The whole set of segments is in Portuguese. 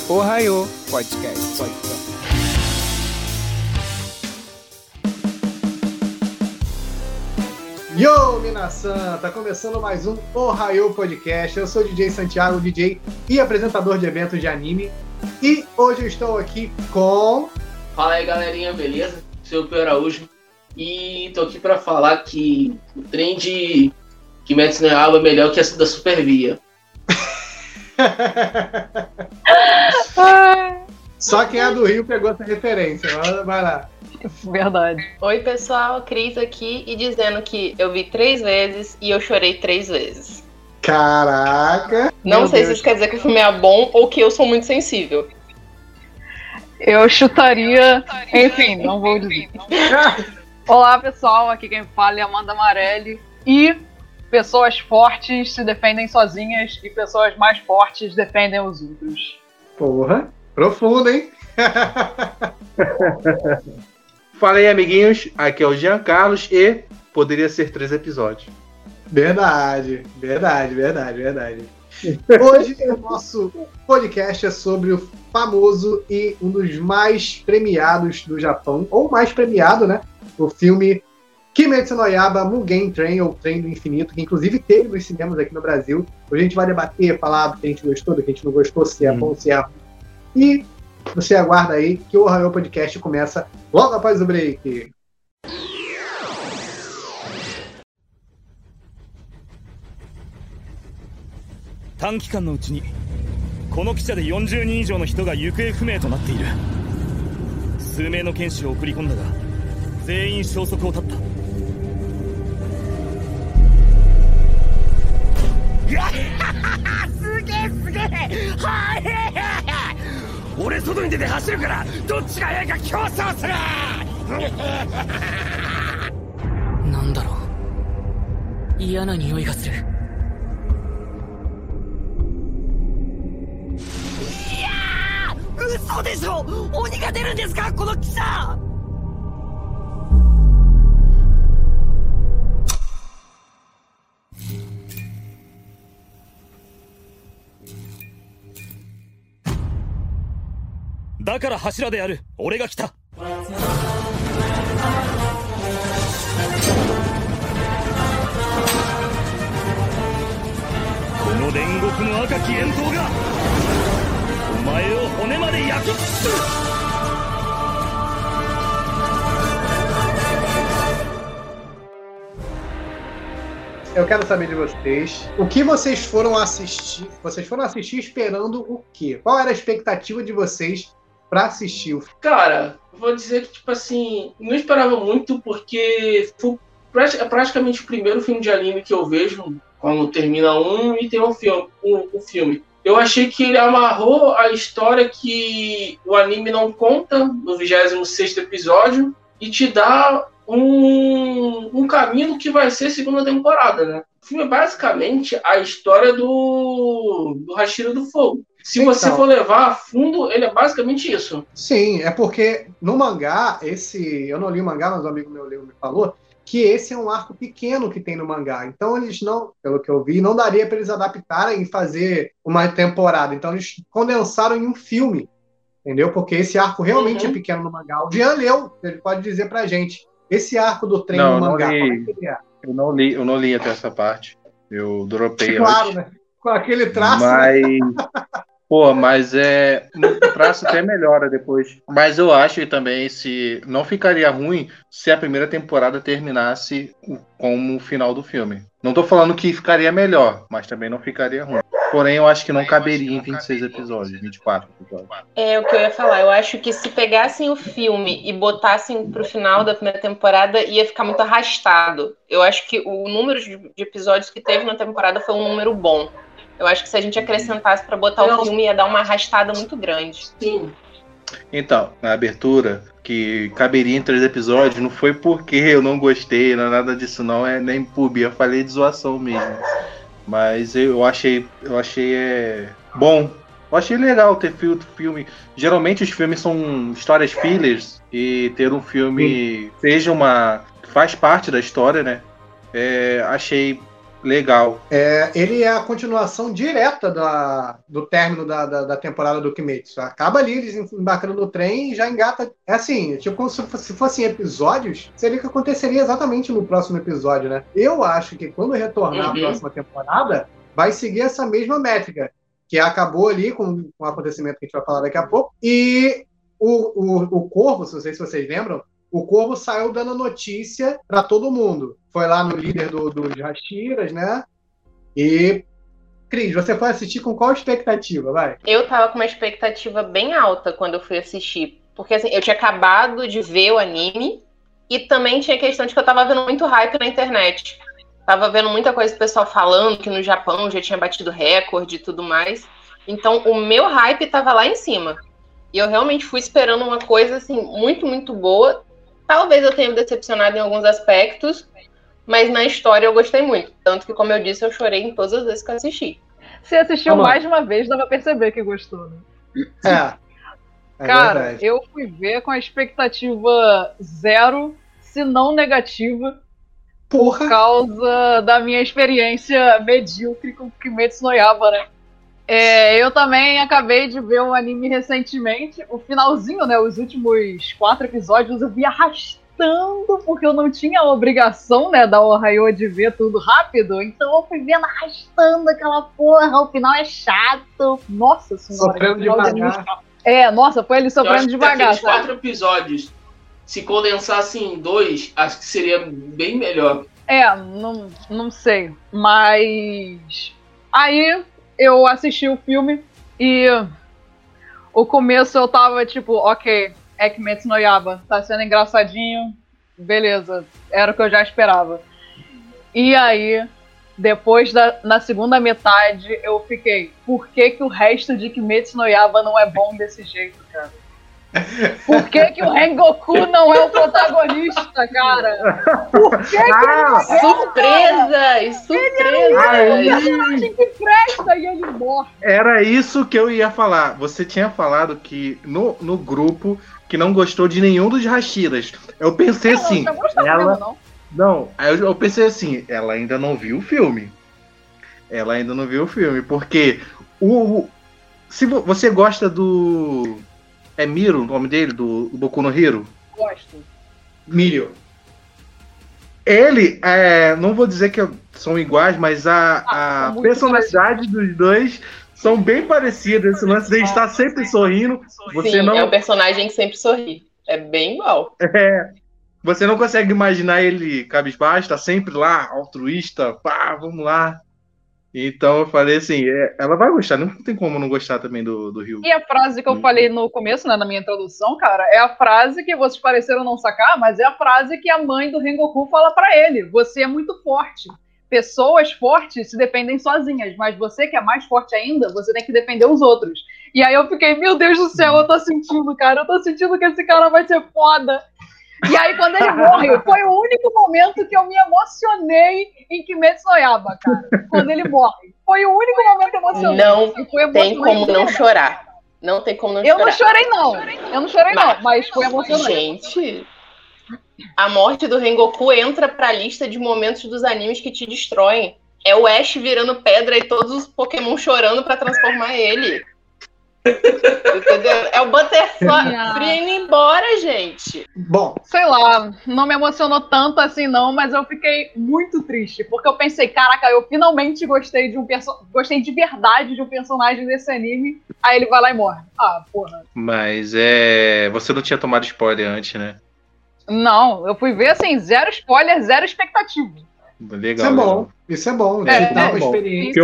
Ohayou Podcast. Yo, Minasan! Tá começando mais um Ohayou Podcast. Eu sou o DJ Santiago, DJ e apresentador de eventos de anime. E hoje eu estou aqui com... Fala aí, galerinha, beleza? Sou o Pio Araújo. E tô aqui pra falar que o trem de Kimetsu no Yaiba é melhor que essa da Supervia. Só quem é do Rio pegou essa referência. Vai lá. Verdade. Oi, pessoal, Cris aqui e dizendo que eu vi 3 vezes e eu chorei 3 vezes. Caraca! Não sei se isso quer dizer que o filme é bom ou que eu sou muito sensível. Eu chutaria... Enfim, não vou dizer. Olá, pessoal. Aqui quem fala é Amanda Marelli. E pessoas fortes se defendem sozinhas e pessoas mais fortes defendem os outros. Porra, profundo, hein? Fala aí, amiguinhos. Aqui é o Jean Carlos e poderia ser 3 episódios. Verdade. Hoje o nosso podcast é sobre o famoso e um dos mais premiados do Japão, ou mais premiado, né? O filme Kimetsu no Yaiba Mugen Train, ou Trem do Infinito, que inclusive teve nos cinemas aqui no Brasil. Hoje a gente vai debater, falar do que a gente gostou, do que a gente não gostou, se é bom, se é ruim. E você aguarda aí que o Ohayou Podcast começa logo após o break. Em 短期間のうちにこの汽車で40人以上の人が行方不明となっている。数名の剣士を送り込んだが全員消息を絶った。すげえはい俺外に出て走るからどっちが速いか競争する。なんだろう、嫌な匂いがする。嘘でしょ、鬼が出るんですかこの汽車。だから柱である俺が来た。この煉獄の赤き炎刀がお前を骨まで焼き尽くす。 Eu quero saber de vocês, o que vocês foram assistir? Vocês foram assistir esperando o quê? Qual era a expectativa de vocês pra assistir o filme? Cara, vou dizer que, tipo assim, não esperava muito porque foi praticamente o primeiro filme de anime que eu vejo quando termina um e tem um filme. Eu achei que ele amarrou a história que o anime não conta no 26º episódio e te dá um caminho que vai ser a segunda temporada, né? O filme é basicamente a história do Hashira do Fogo. Se você for levar a fundo, ele é basicamente isso. Sim, é porque no mangá, eu não li o mangá, mas um amigo meu me falou que esse é um arco pequeno que tem no mangá. Então eles não, pelo que eu vi, não daria para eles adaptarem e fazer uma temporada. Então eles condensaram em um filme, entendeu? Porque esse arco realmente é pequeno no mangá. O Jean leu, ele pode dizer pra gente. Esse arco do trem no mangá, como é que ele é? Eu não li até essa parte. Eu dropei claro, antes. Né? Com aquele traço. Mas o traço até melhora depois. Mas eu acho que também não ficaria ruim se a primeira temporada terminasse como o final do filme. Não tô falando que ficaria melhor, mas também não ficaria ruim. Porém, eu acho que não caberia em 26 episódios, 24 episódios. É o que eu ia falar. Eu acho que se pegassem o filme e botassem pro final da primeira temporada, ia ficar muito arrastado. Eu acho que o número de episódios que teve na temporada foi um número bom. Eu acho que se a gente acrescentasse pra botar o filme, ia dar uma arrastada muito grande. Sim. Então, na abertura, que caberia em 3 episódios, não foi porque eu não gostei, não é nada disso não, é nem pub, eu falei de zoação mesmo. Mas eu achei bom. Eu achei legal ter filme. Geralmente os filmes são histórias fillers e ter um filme faz parte da história, né? Achei legal. Ele é a continuação direta do término da temporada do Kimetsu. Acaba ali, eles embarcando no trem e já engata. É assim, tipo, como se fossem episódios, seria o que aconteceria exatamente no próximo episódio, né? Eu acho que quando retornar a próxima temporada, vai seguir essa mesma métrica, que acabou ali com o acontecimento que a gente vai falar daqui a pouco. E o Corvo, não sei se vocês lembram, o Corvo saiu dando notícia para todo mundo. Foi lá no líder dos Hashiras, né? E, Cris, você foi assistir com qual expectativa, vai? Eu tava com uma expectativa bem alta quando eu fui assistir. Porque, assim, eu tinha acabado de ver o anime e também tinha a questão de que eu tava vendo muito hype na internet. Tava vendo muita coisa do pessoal falando que no Japão já tinha batido recorde e tudo mais. Então, o meu hype tava lá em cima. E eu realmente fui esperando uma coisa, assim, muito, muito boa. Talvez eu tenha me decepcionado em alguns aspectos, mas na história eu gostei muito. Tanto que, como eu disse, eu chorei em todas as vezes que eu assisti. Se assistiu mais uma vez, dá pra perceber que gostou, né? Cara, verdade. eu fui ver com a expectativa zero, se não negativa, por causa da minha experiência medíocre com Kimetsu no Yaiba, né? Eu também acabei de ver o anime recentemente, o finalzinho, né, os últimos 4 episódios eu vi arrastando, porque eu não tinha a obrigação, né, da Ohayou de ver tudo rápido, então eu fui vendo arrastando aquela porra, o final é chato, nossa senhora. Sofrendo devagar. Nossa, foi ele sofrendo devagar. Aqueles 4 episódios, se condensassem em 2, acho que seria bem melhor. Não sei, mas aí eu assisti o filme e o começo eu tava tipo, ok, é Kimetsu no Yaiba, tá sendo engraçadinho, beleza, era o que eu já esperava. E aí, depois na segunda metade, eu fiquei, por que o resto de Kimetsu no Yaiba não é bom desse jeito, cara? Por que o Rengoku não é o protagonista, cara? Por que surpresas! Ele é um personagem que presta e ele morre. Era isso que eu ia falar. Você tinha falado que no grupo que não gostou de nenhum dos Hashiras. Eu pensei assim, eu pensei assim, ela ainda não viu o filme. Porque se você gosta do... É Miro o nome dele, do Boku no Hero? Gosto. Mirio. Ele, não vou dizer que são iguais, mas a personalidade dos dois são bem parecidas. Esse lance dele estar sempre sorrindo. É um personagem que sempre sorri. É bem igual. Você não consegue imaginar ele cabisbaixo, tá sempre lá, altruísta, vamos lá. Então eu falei assim, ela vai gostar, não tem como não gostar também do Rio. E a frase que eu falei no começo, né, na minha introdução, cara, é a frase que vocês pareceram não sacar, mas é a frase que a mãe do Rengoku fala pra ele: você é muito forte. Pessoas fortes se defendem sozinhas, mas você que é mais forte ainda, você tem que defender os outros. E aí eu fiquei, meu Deus do céu, eu tô sentindo que esse cara vai ser foda. E aí, quando ele morre, foi o único momento que eu me emocionei em Kimetsu no Yaiba, cara. Quando ele morre. Foi o único momento emocionante. Não tem como não chorar. Não tem como não chorar. Eu não chorei, não. Mas foi emocionante. Gente, a morte do Rengoku entra pra lista de momentos dos animes que te destroem. É o Ash virando pedra e todos os Pokémon chorando pra transformar ele. Entendeu? É o Butterfly indo embora, gente. Bom, sei lá, não me emocionou tanto assim não, mas eu fiquei muito triste, porque eu pensei, caraca, eu finalmente gostei de verdade de um personagem desse anime, aí ele vai lá e morre. Porra. Mas você não tinha tomado spoiler antes, né? Não, eu fui ver assim, 0 spoiler, 0 expectativa. Legal, isso é bom. Experiência.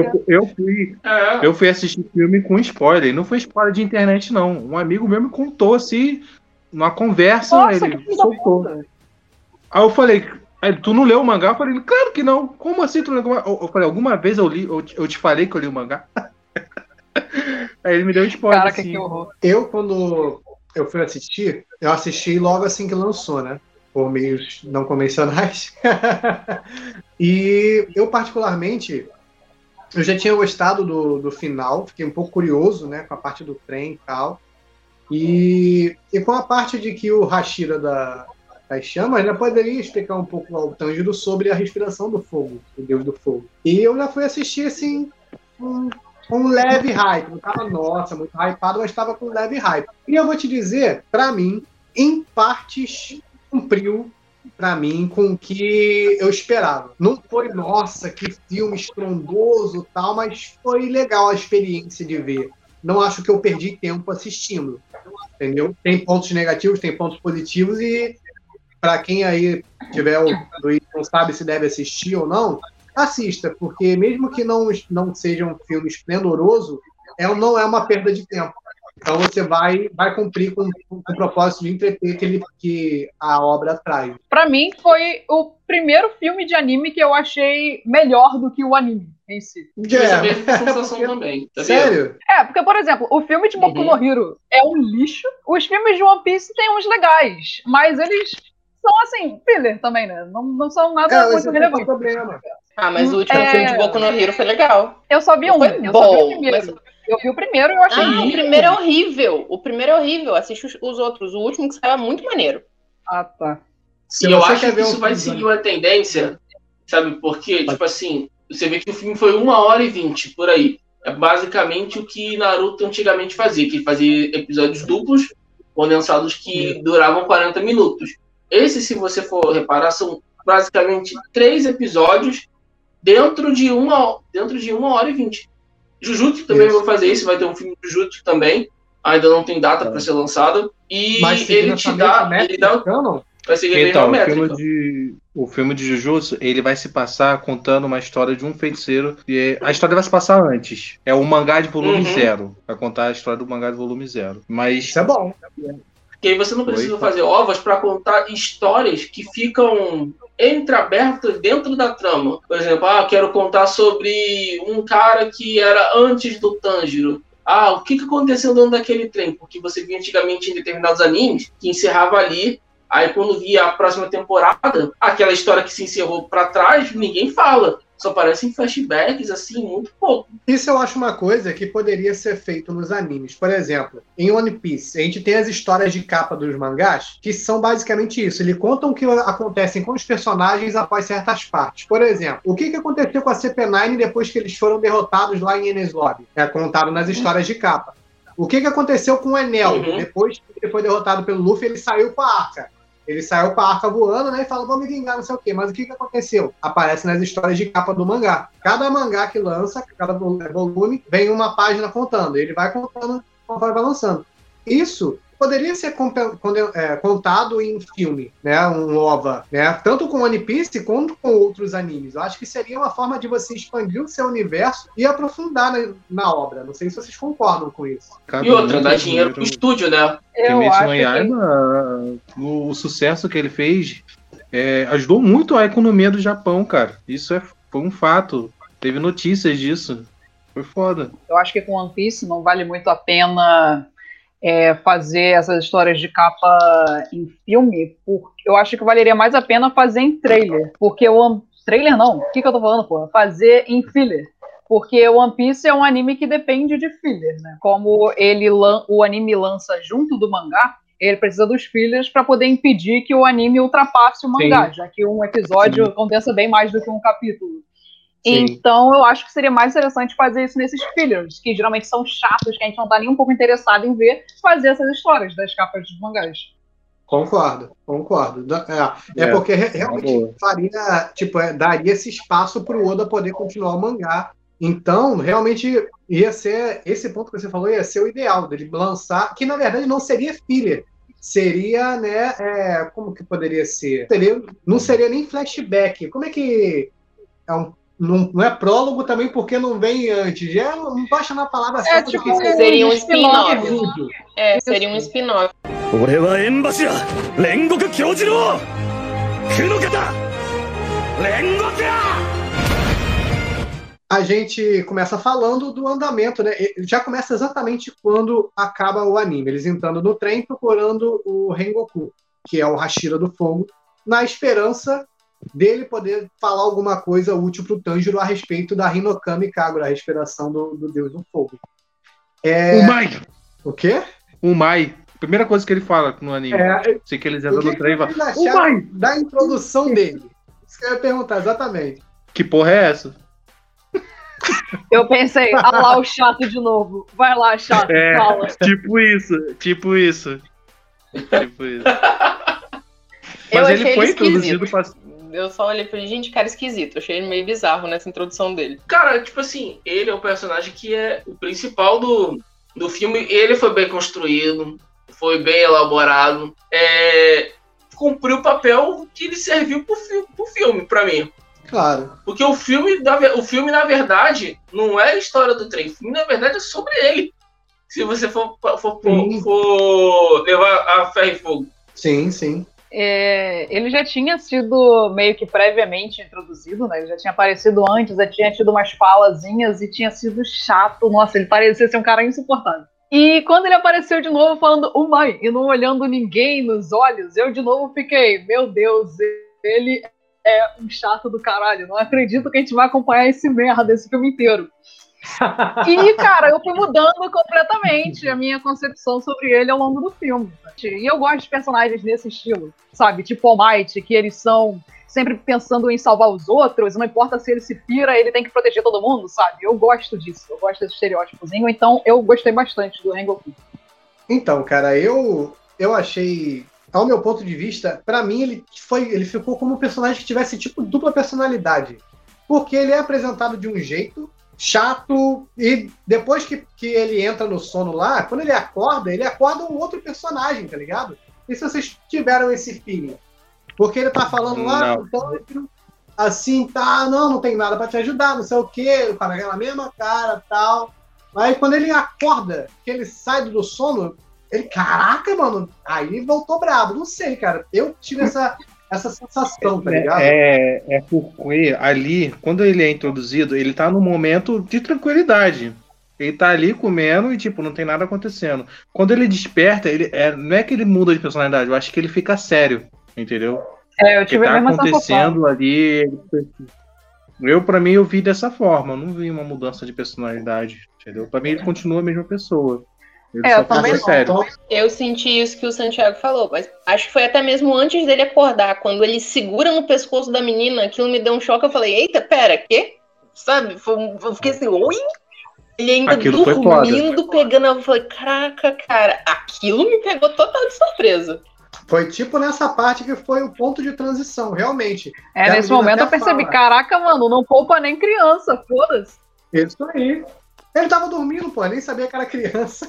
Eu fui assistir filme com spoiler. Não foi spoiler de internet, não. Um amigo meu me contou assim, numa conversa. Nossa, ele soltou. Aí eu falei, tu não leu o mangá? Eu falei, claro que não. Como assim tu não leu? Eu falei, alguma vez eu li, eu te falei que eu li o mangá? Aí ele me deu spoiler. Caraca, assim. que horror. Quando eu fui assistir, eu assisti logo assim que lançou, né? Por meios não convencionais. E eu, particularmente, eu já tinha gostado do final, fiquei um pouco curioso, né, com a parte do trem e tal. E com a parte de que o Hashira das chamas, já poderia explicar um pouco ao Tanjiro sobre a respiração do fogo, o deus do fogo. E eu já fui assistir, assim, um leve hype. Não tava, nossa, muito hypado, mas estava com leve hype. E eu vou te dizer, pra mim, em partes, cumpriu pra mim com o que eu esperava. Não foi, nossa, que filme estrondoso e tal, mas foi legal a experiência de ver. Não acho que eu perdi tempo assistindo, entendeu? Tem pontos negativos, tem pontos positivos e para quem aí tiver não sabe se deve assistir ou não, assista, porque mesmo que não seja um filme esplendoroso, não é uma perda de tempo. Então você vai cumprir com o propósito de entreter que a obra traz. Pra mim, foi o primeiro filme de anime que eu achei melhor do que o anime em si. Essa mesma sensação também. Tá Sério? Porque, por exemplo, o filme de Boku no Hero é um lixo. Os filmes de One Piece tem uns legais, mas eles são, assim, filler também, né? Não são nada muito relevante. Problema. Mas o último filme de Boku no Hero foi legal. Eu só vi um. Foi eu bom, só vi o primeiro. mas... Eu vi o primeiro e eu achei o primeiro é horrível. O primeiro é horrível. Assiste os outros. O último que saiu é muito maneiro. Ah, tá. E eu acho que isso vai seguir uma tendência, sabe por quê? Tipo assim, você vê que o filme foi 1h20, por aí. É basicamente o que Naruto antigamente fazia, que fazia episódios duplos, condensados que duravam 40 minutos. Esse, se você for reparar, são basicamente 3 episódios dentro de 1h20. Jujutsu também vai fazer isso, vai ter um filme de Jujutsu também, ainda não tem data para ser lançado, e ele te dá... Vai seguir então, a mesma métrica. O filme de Jujutsu, ele vai se passar contando uma história de um feiticeiro, e a história vai se passar antes. É o mangá de volume 0. Vai contar a história do mangá de volume 0. Mas... Isso é bom. Porque aí você não precisa fazer ovas para contar histórias que ficam entreabertas dentro da trama. Por exemplo, quero contar sobre um cara que era antes do Tanjiro. O que aconteceu dentro daquele trem? Porque você via antigamente em determinados animes que encerrava ali, aí quando via a próxima temporada, aquela história que se encerrou para trás, ninguém fala. Só aparecem flashbacks, assim, muito pouco. Isso eu acho uma coisa que poderia ser feito nos animes. Por exemplo, em One Piece, a gente tem as histórias de capa dos mangás, que são basicamente isso. Eles contam o que acontece com os personagens após certas partes. Por exemplo, o que aconteceu com a CP9 depois que eles foram derrotados lá em Enies Lobby? É contado nas histórias de capa. O que aconteceu com o Enel? Depois que ele foi derrotado pelo Luffy, ele saiu com a Arca. Ele saiu com a Arca voando, né, e fala, vou me vingar, não sei o quê. Mas o que aconteceu? Aparece nas histórias de capa do mangá. Cada mangá que lança, cada volume, vem uma página contando. Ele vai contando conforme vai lançando. Isso poderia ser contado em filme, né, um OVA, né, tanto com One Piece quanto com outros animes. Eu acho que seria uma forma de você expandir o seu universo e aprofundar na obra. Não sei se vocês concordam com isso. E outra, dá dinheiro pro estúdio, né? Kimetsu no Yaiba, o sucesso que ele fez ajudou muito a economia do Japão, cara. Isso foi um fato. Teve notícias disso. Foi foda. Eu acho que com One Piece não vale muito a pena fazer essas histórias de capa em filme, porque eu acho que valeria mais a pena fazer em trailer. Porque trailer não, o que eu tô falando, porra? Fazer em filler. Porque One Piece é um anime que depende de filler, né? Como o anime lança junto do mangá, ele precisa dos fillers para poder impedir que o anime ultrapasse o mangá, já que um episódio condensa bem mais do que um capítulo. Sim. Então, eu acho que seria mais interessante fazer isso nesses fillers, que geralmente são chatos, que a gente não tá nem um pouco interessado em ver, fazer essas histórias das capas dos mangás. Concordo. Porque realmente faria, daria esse espaço pro Oda poder continuar o mangá. Então, realmente, ia ser, esse ponto que você falou, ia ser o ideal, dele lançar, que na verdade não seria filler. Seria, né, como que poderia ser? Não seria nem flashback. Como é que não é prólogo também porque não vem antes. Não pode chamar a palavra certa. Seria um spin-off. Seria um spin-off. A gente começa falando do andamento, né? Já começa exatamente quando acaba o anime. Eles entrando no trem procurando o Rengoku, que é o Hashira do Fogo, na esperança dele poder falar alguma coisa útil para o Tanjiro a respeito da Hinokami Kagura, a respiração do deus do fogo. O Mai! O quê? O Mai. Primeira coisa que ele fala no anime. Sei que eles entram no trem e falam, vocês acharam da introdução dele? Isso que eu ia perguntar, exatamente. que porra é essa? Eu pensei, lá o chato de novo. Vai lá, chato, fala. Tipo isso. Eu Mas achei ele foi ele introduzido esquisito. Eu só olhei e falei, gente, cara esquisito. Eu achei ele meio bizarro nessa introdução dele. Cara, tipo assim, ele é o personagem que é o principal do filme. Ele foi bem construído, foi bem elaborado. Cumpriu o papel que ele serviu pro filme, pra mim. Claro. Porque o filme, na verdade, não é a história do trem. O filme, na verdade, é sobre ele. Se você for levar a ferro e fogo. Sim, sim. Ele já tinha sido meio que previamente introduzido, né? Ele já tinha aparecido antes, já tinha tido umas falazinhas e tinha sido chato. Nossa, ele parecia ser um cara insuportável. E quando ele apareceu de novo falando mãe e não olhando ninguém nos olhos, eu de novo fiquei, meu Deus, ele é um chato do caralho. Não acredito que a gente vai acompanhar esse merda esse filme inteiro. E, cara, eu fui mudando completamente a minha concepção sobre ele ao longo do filme. E eu gosto de personagens desse estilo, sabe? Tipo All Might, que eles são sempre pensando em salvar os outros, não importa se ele se pira, ele tem que proteger todo mundo, sabe? Eu gosto disso, eu gosto desse estereótipozinho, então eu gostei bastante do Rengoku. Então, cara, eu achei, ao meu ponto de vista, pra mim ele ficou como um personagem que tivesse tipo dupla personalidade. Porque ele é apresentado de um jeito chato, e depois que ele entra no sono lá, quando ele acorda um outro personagem, tá ligado? E se vocês tiveram esse feeling? Porque ele tá falando lá, então, assim, tá, não tem nada pra te ajudar, não sei o quê, com aquela mesma cara e tal. Aí quando ele acorda, que ele sai do sono, ele, caraca, mano, aí voltou brabo, não sei, cara, eu tive essa sensação, tá ligado? Porque ali, quando ele é introduzido, ele tá num momento de tranquilidade. Ele tá ali comendo e, tipo, não tem nada acontecendo. Quando ele desperta, não é que ele muda de personalidade, eu acho que ele fica sério, entendeu? Eu tive a mesma sensação. Acontecendo ali. Pra mim, eu vi dessa forma. Eu não vi uma mudança de personalidade, entendeu? Pra mim, ele continua a mesma pessoa. Eu também sério. Eu senti isso que o Santiago falou, mas acho que foi até mesmo antes dele acordar, quando ele segura no pescoço da menina, aquilo me deu um choque, eu falei, eita, pera, quê? Sabe? Eu fiquei assim, oi? Ele ainda aquilo dormindo, pegando, eu falei, caraca, cara, aquilo me pegou total de surpresa. Foi tipo nessa parte que foi o ponto de transição, realmente. Nesse momento eu percebi, caraca, mano, não poupa nem criança, foda-se. Isso aí. Ele tava dormindo, pô, nem sabia que era criança.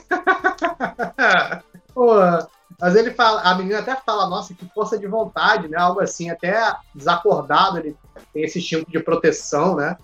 Pô, mas ele fala, a menina até fala, nossa, que força de vontade, né? Algo assim, até desacordado, ele tem esse instinto de proteção, né?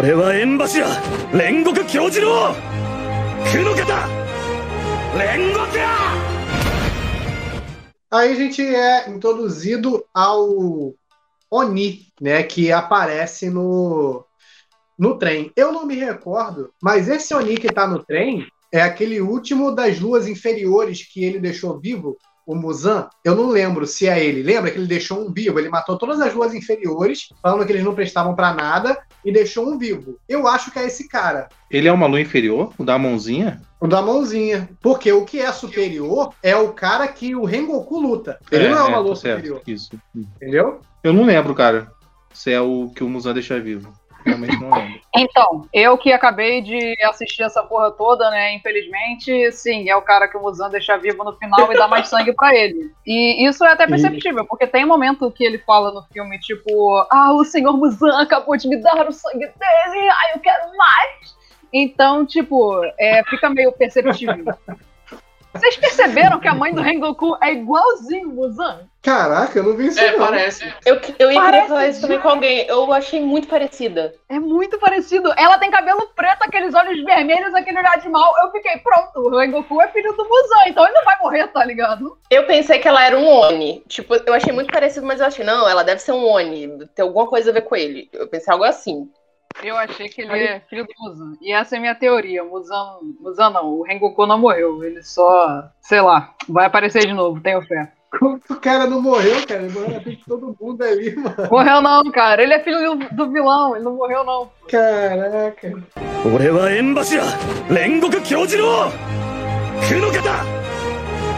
Aí a gente é introduzido ao Oni, né? Que aparece no trem. Eu não me recordo, mas esse Oni que tá no trem é aquele último das luas inferiores que ele deixou vivo, o Muzan. Eu não lembro se é ele. Lembra que ele deixou um vivo? Ele matou todas as luas inferiores, falando que eles não prestavam pra nada, e deixou um vivo. Eu acho que é esse cara. Ele é uma lua inferior? O da mãozinha? O da mãozinha. Porque o que é superior é o cara que o Rengoku luta. Ele não é uma lua superior. Isso. Entendeu? Eu não lembro, cara, se é o que o Muzan deixa vivo. Realmente não lembro. Então, eu que acabei de assistir essa porra toda, né, infelizmente, sim, é o cara que o Muzan deixa vivo no final e dá mais sangue pra ele. E isso é até perceptível, porque tem um momento que ele fala no filme, tipo, o senhor Muzan acabou de me dar o sangue dele, eu quero mais! Então, tipo, fica meio perceptível. Vocês perceberam que a mãe do Rengoku é igualzinho o Muzan? Caraca, eu não vi isso não. Parece. Eu ia querer falar isso também com alguém. Eu achei muito parecida. É muito parecido. Ela tem cabelo preto, aqueles olhos vermelhos, aquele olhar de mal. Eu fiquei, pronto, o Rengoku é filho do Muzan, então ele não vai morrer, tá ligado? Eu pensei que ela era um Oni. Tipo, eu achei muito parecido, mas eu achei, não, ela deve ser um Oni. Tem alguma coisa a ver com ele. Eu pensei algo assim. Eu achei que ele é filho do Muzan. E essa é a minha teoria. Muzan não, o Rengoku não morreu. Ele só, sei lá, vai aparecer de novo, tenho fé. Como que o cara não morreu, cara? Ele morreu na frente de todo mundo ali, mano. Morreu não, cara. Ele é filho do vilão, ele não morreu não. Caraca.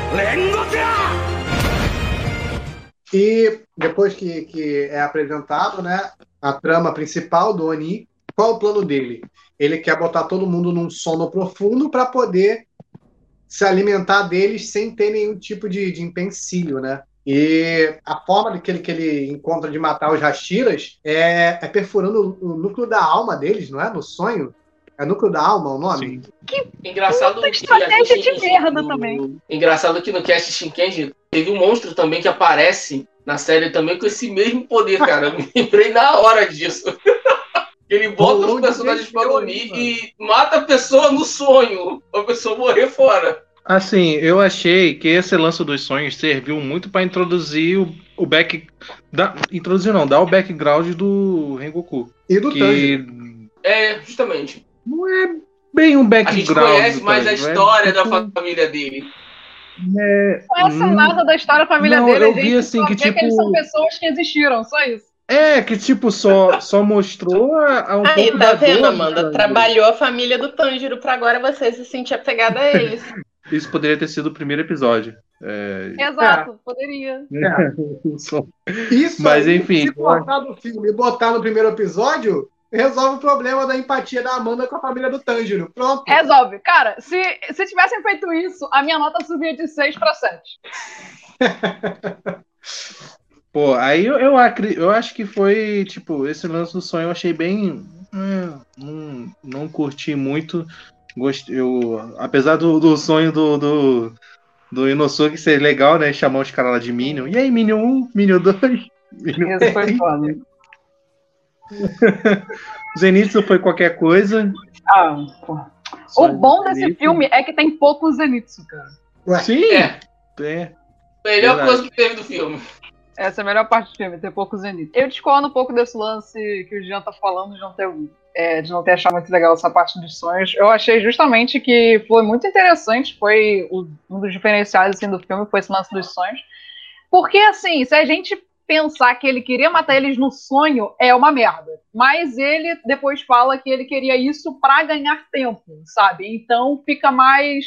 E depois que é apresentado, né, a trama principal do Oni, qual é o plano dele? Ele quer botar todo mundo num sono profundo para poder se alimentar deles sem ter nenhum tipo de empecilho, né? E a forma que ele encontra de matar os Hashiras é perfurando o núcleo da alma deles, não é? No sonho. É núcleo da alma o nome? Sim. Engraçado que estratégia de merda também. Engraçado que no cast Shinkenji teve um monstro também que aparece na série também com esse mesmo poder, cara. Eu me lembrei na hora disso. Ele bota os personagens pra dormir e mata a pessoa no sonho. A pessoa morrer fora. Assim, eu achei que esse lance dos sonhos serviu muito pra introduzir o dar o background do Rengoku. E do Tanjiro. Justamente. Não é bem um background. A gente conhece mais a história da família dele. Não conhece nada da história da família dele. Eu vi assim que tipo... eles são pessoas que existiram, só isso. Que tipo, só mostrou um aí, pouco tá da vendo, dor, Amanda? Trabalhou a família do Tanjiro pra agora você se sentir apegada a eles. Isso poderia ter sido o primeiro episódio. Exato, poderia. Isso. Mas aí, enfim. Se cortar do filme e botar no primeiro episódio, resolve o problema da empatia da Amanda com a família do Tanjiro. Pronto. Resolve. Cara, se tivessem feito isso, a minha nota subia de 6 para 7. Pô, aí eu acho que foi, tipo, esse lance do sonho eu achei bem... não curti muito. Apesar do sonho do Inosuke ser legal, né? Chamar os caras lá de Minion. E aí, Minion 1, Minion 2, Minion 3. Isso foi foda. Zenitsu foi qualquer coisa. Pô. O bom desse filme é que tem pouco Zenitsu, cara. Ué? Sim. Melhor coisa que teve do filme. Essa é a melhor parte do filme, ter pouco Zenitsu. Eu discordo um pouco desse lance que o Jean tá falando de não ter achado muito legal essa parte dos sonhos. Eu achei justamente que foi muito interessante, foi um dos diferenciais assim, do filme, foi esse lance dos sonhos. Porque, assim, se a gente pensar que ele queria matar eles no sonho, é uma merda. Mas ele depois fala que ele queria isso pra ganhar tempo, sabe? Então fica mais,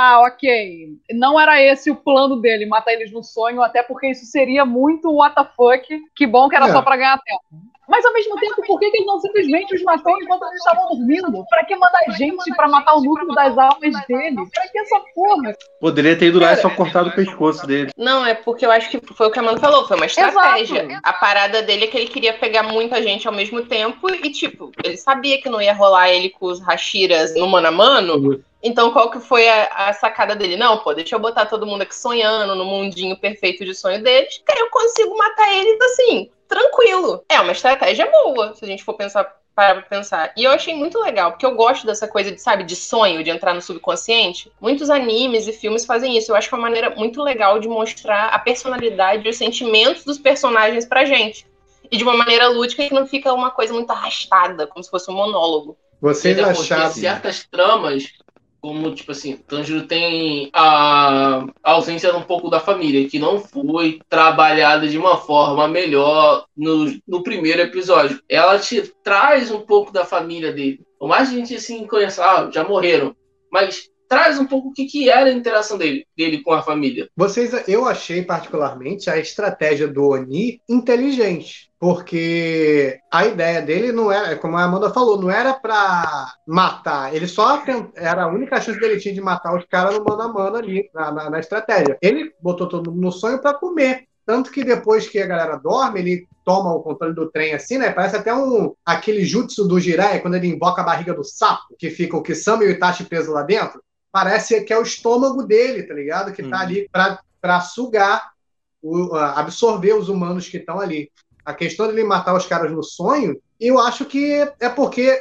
ok. Não era esse o plano dele, matar eles no sonho, até porque isso seria muito what the fuck. Que bom que era só pra ganhar tempo. Mas ao mesmo tempo, por que ele não simplesmente os matou enquanto eles estavam dormindo? Pra que mandar gente pra matar o núcleo das almas dele? Pra que essa porra? Poderia ter ido lá e só cortado o pescoço dele. Não, é porque eu acho que foi o que a Amanda falou, foi uma estratégia. Exato. A parada dele é que ele queria pegar muita gente ao mesmo tempo e, tipo, ele sabia que não ia rolar ele com os Hashiras no mano a mano. Então, qual que foi a sacada dele? Não, deixa eu botar todo mundo aqui sonhando no mundinho perfeito de sonho deles, que aí eu consigo matar eles assim, tranquilo. É uma estratégia boa, se a gente for parar pra pensar. E eu achei muito legal, porque eu gosto dessa coisa de sonho, de entrar no subconsciente. Muitos animes e filmes fazem isso. Eu acho que é uma maneira muito legal de mostrar a personalidade e os sentimentos dos personagens pra gente. E de uma maneira lúdica que não fica uma coisa muito arrastada, como se fosse um monólogo. Vocês acharam... certas tramas, como, tipo assim, Tanjiro tem a ausência um pouco da família, que não foi trabalhada de uma forma melhor no primeiro episódio. Ela te traz um pouco da família dele. Por mais que a gente, assim, conheça, já morreram, mas traz um pouco o que era a interação dele com a família. Eu achei particularmente a estratégia do Oni inteligente, porque a ideia dele não era, como a Amanda falou, não era pra matar, ele era a única chance dele tinha de matar os caras no mano a mano ali, na estratégia. Ele botou todo mundo no sonho pra comer, tanto que depois que a galera dorme, ele toma o controle do trem assim, né? Parece até aquele jutsu do Jiraiya, quando ele invoca a barriga do sapo, que fica o Kisame e o Itachi preso lá dentro. Parece que é o estômago dele, tá ligado? Que tá ali pra sugar, absorver os humanos que estão ali. A questão dele matar os caras no sonho, eu acho que é porque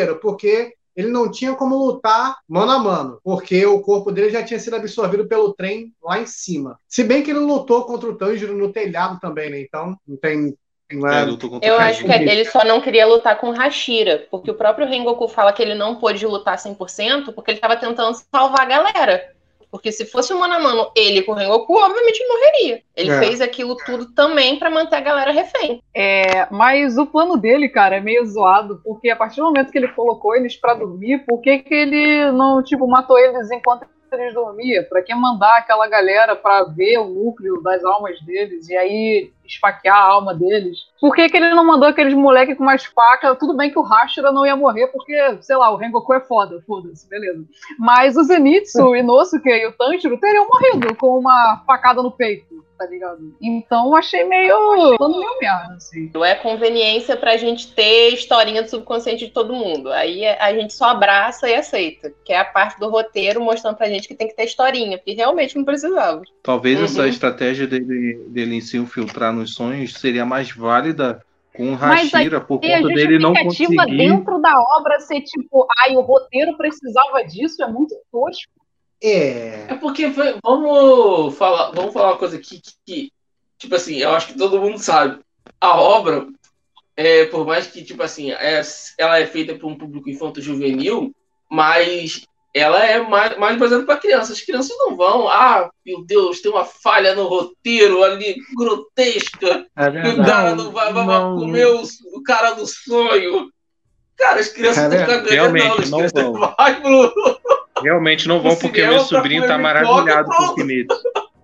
ele não tinha como lutar mano a mano, porque o corpo dele já tinha sido absorvido pelo trem lá em cima. Se bem que ele lutou contra o Tanjiro no telhado também, né? Então, não tem... Eu acho que ele só não queria lutar com Hashira, porque o próprio Rengoku fala que ele não pôde lutar 100% porque ele estava tentando salvar a galera. Porque se fosse o mano a mano, ele com o Rengoku, obviamente ele morreria. Ele fez aquilo tudo também pra manter a galera refém. Mas o plano dele, cara, é meio zoado, porque a partir do momento que ele colocou eles pra dormir, por que ele não, matou eles enquanto eles dormiam? Pra que mandar aquela galera pra ver o núcleo das almas deles e aí esfaquear a alma deles? Por que ele não mandou aqueles moleques com umas facas? Tudo bem que o Hashira não ia morrer porque, sei lá, o Rengoku é foda-se, beleza. Mas o Zenitsu, o Inosuke e o Tanjiro teriam morrido com uma facada no peito, tá ligado? Então achei meio merda, assim. Não é conveniência pra gente ter historinha do subconsciente de todo mundo. Aí a gente só abraça e aceita. Que é a parte do roteiro mostrando pra gente que tem que ter historinha, porque realmente não precisava. Talvez essa estratégia dele em se infiltrar nos sonhos seria mais válida com o Hashira, por conta dele não conseguir... A dentro da obra ser tipo, o roteiro precisava disso, é muito tosco. É porque, vamos falar uma coisa aqui que, tipo assim, eu acho que todo mundo sabe. A obra, por mais que, tipo assim, ela é feita para um público infanto-juvenil, mas ela é mais baseada para crianças. As crianças não vão, meu Deus, tem uma falha no roteiro ali, grotesca. É o cara não vai comer o cara do sonho. Cara, as crianças estão cagando. Realmente não vão. Realmente não vão, porque meu sobrinho tá maravilhado com o Kimetsu.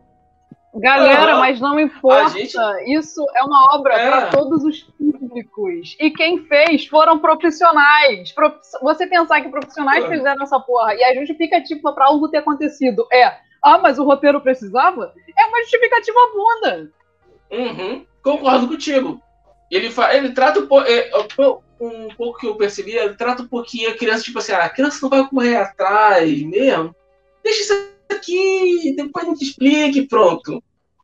Galera, mas não importa. Isso é uma obra para todos os públicos. E quem fez foram profissionais. Você pensar que profissionais fizeram essa porra e a justificativa para algo ter acontecido mas o roteiro precisava? É uma justificativa bunda. Concordo contigo. Ele trata um pouco que eu percebi, ele trata um pouquinho a criança, tipo assim, a criança não vai correr atrás mesmo. Deixa isso aqui, depois a gente explica e pronto.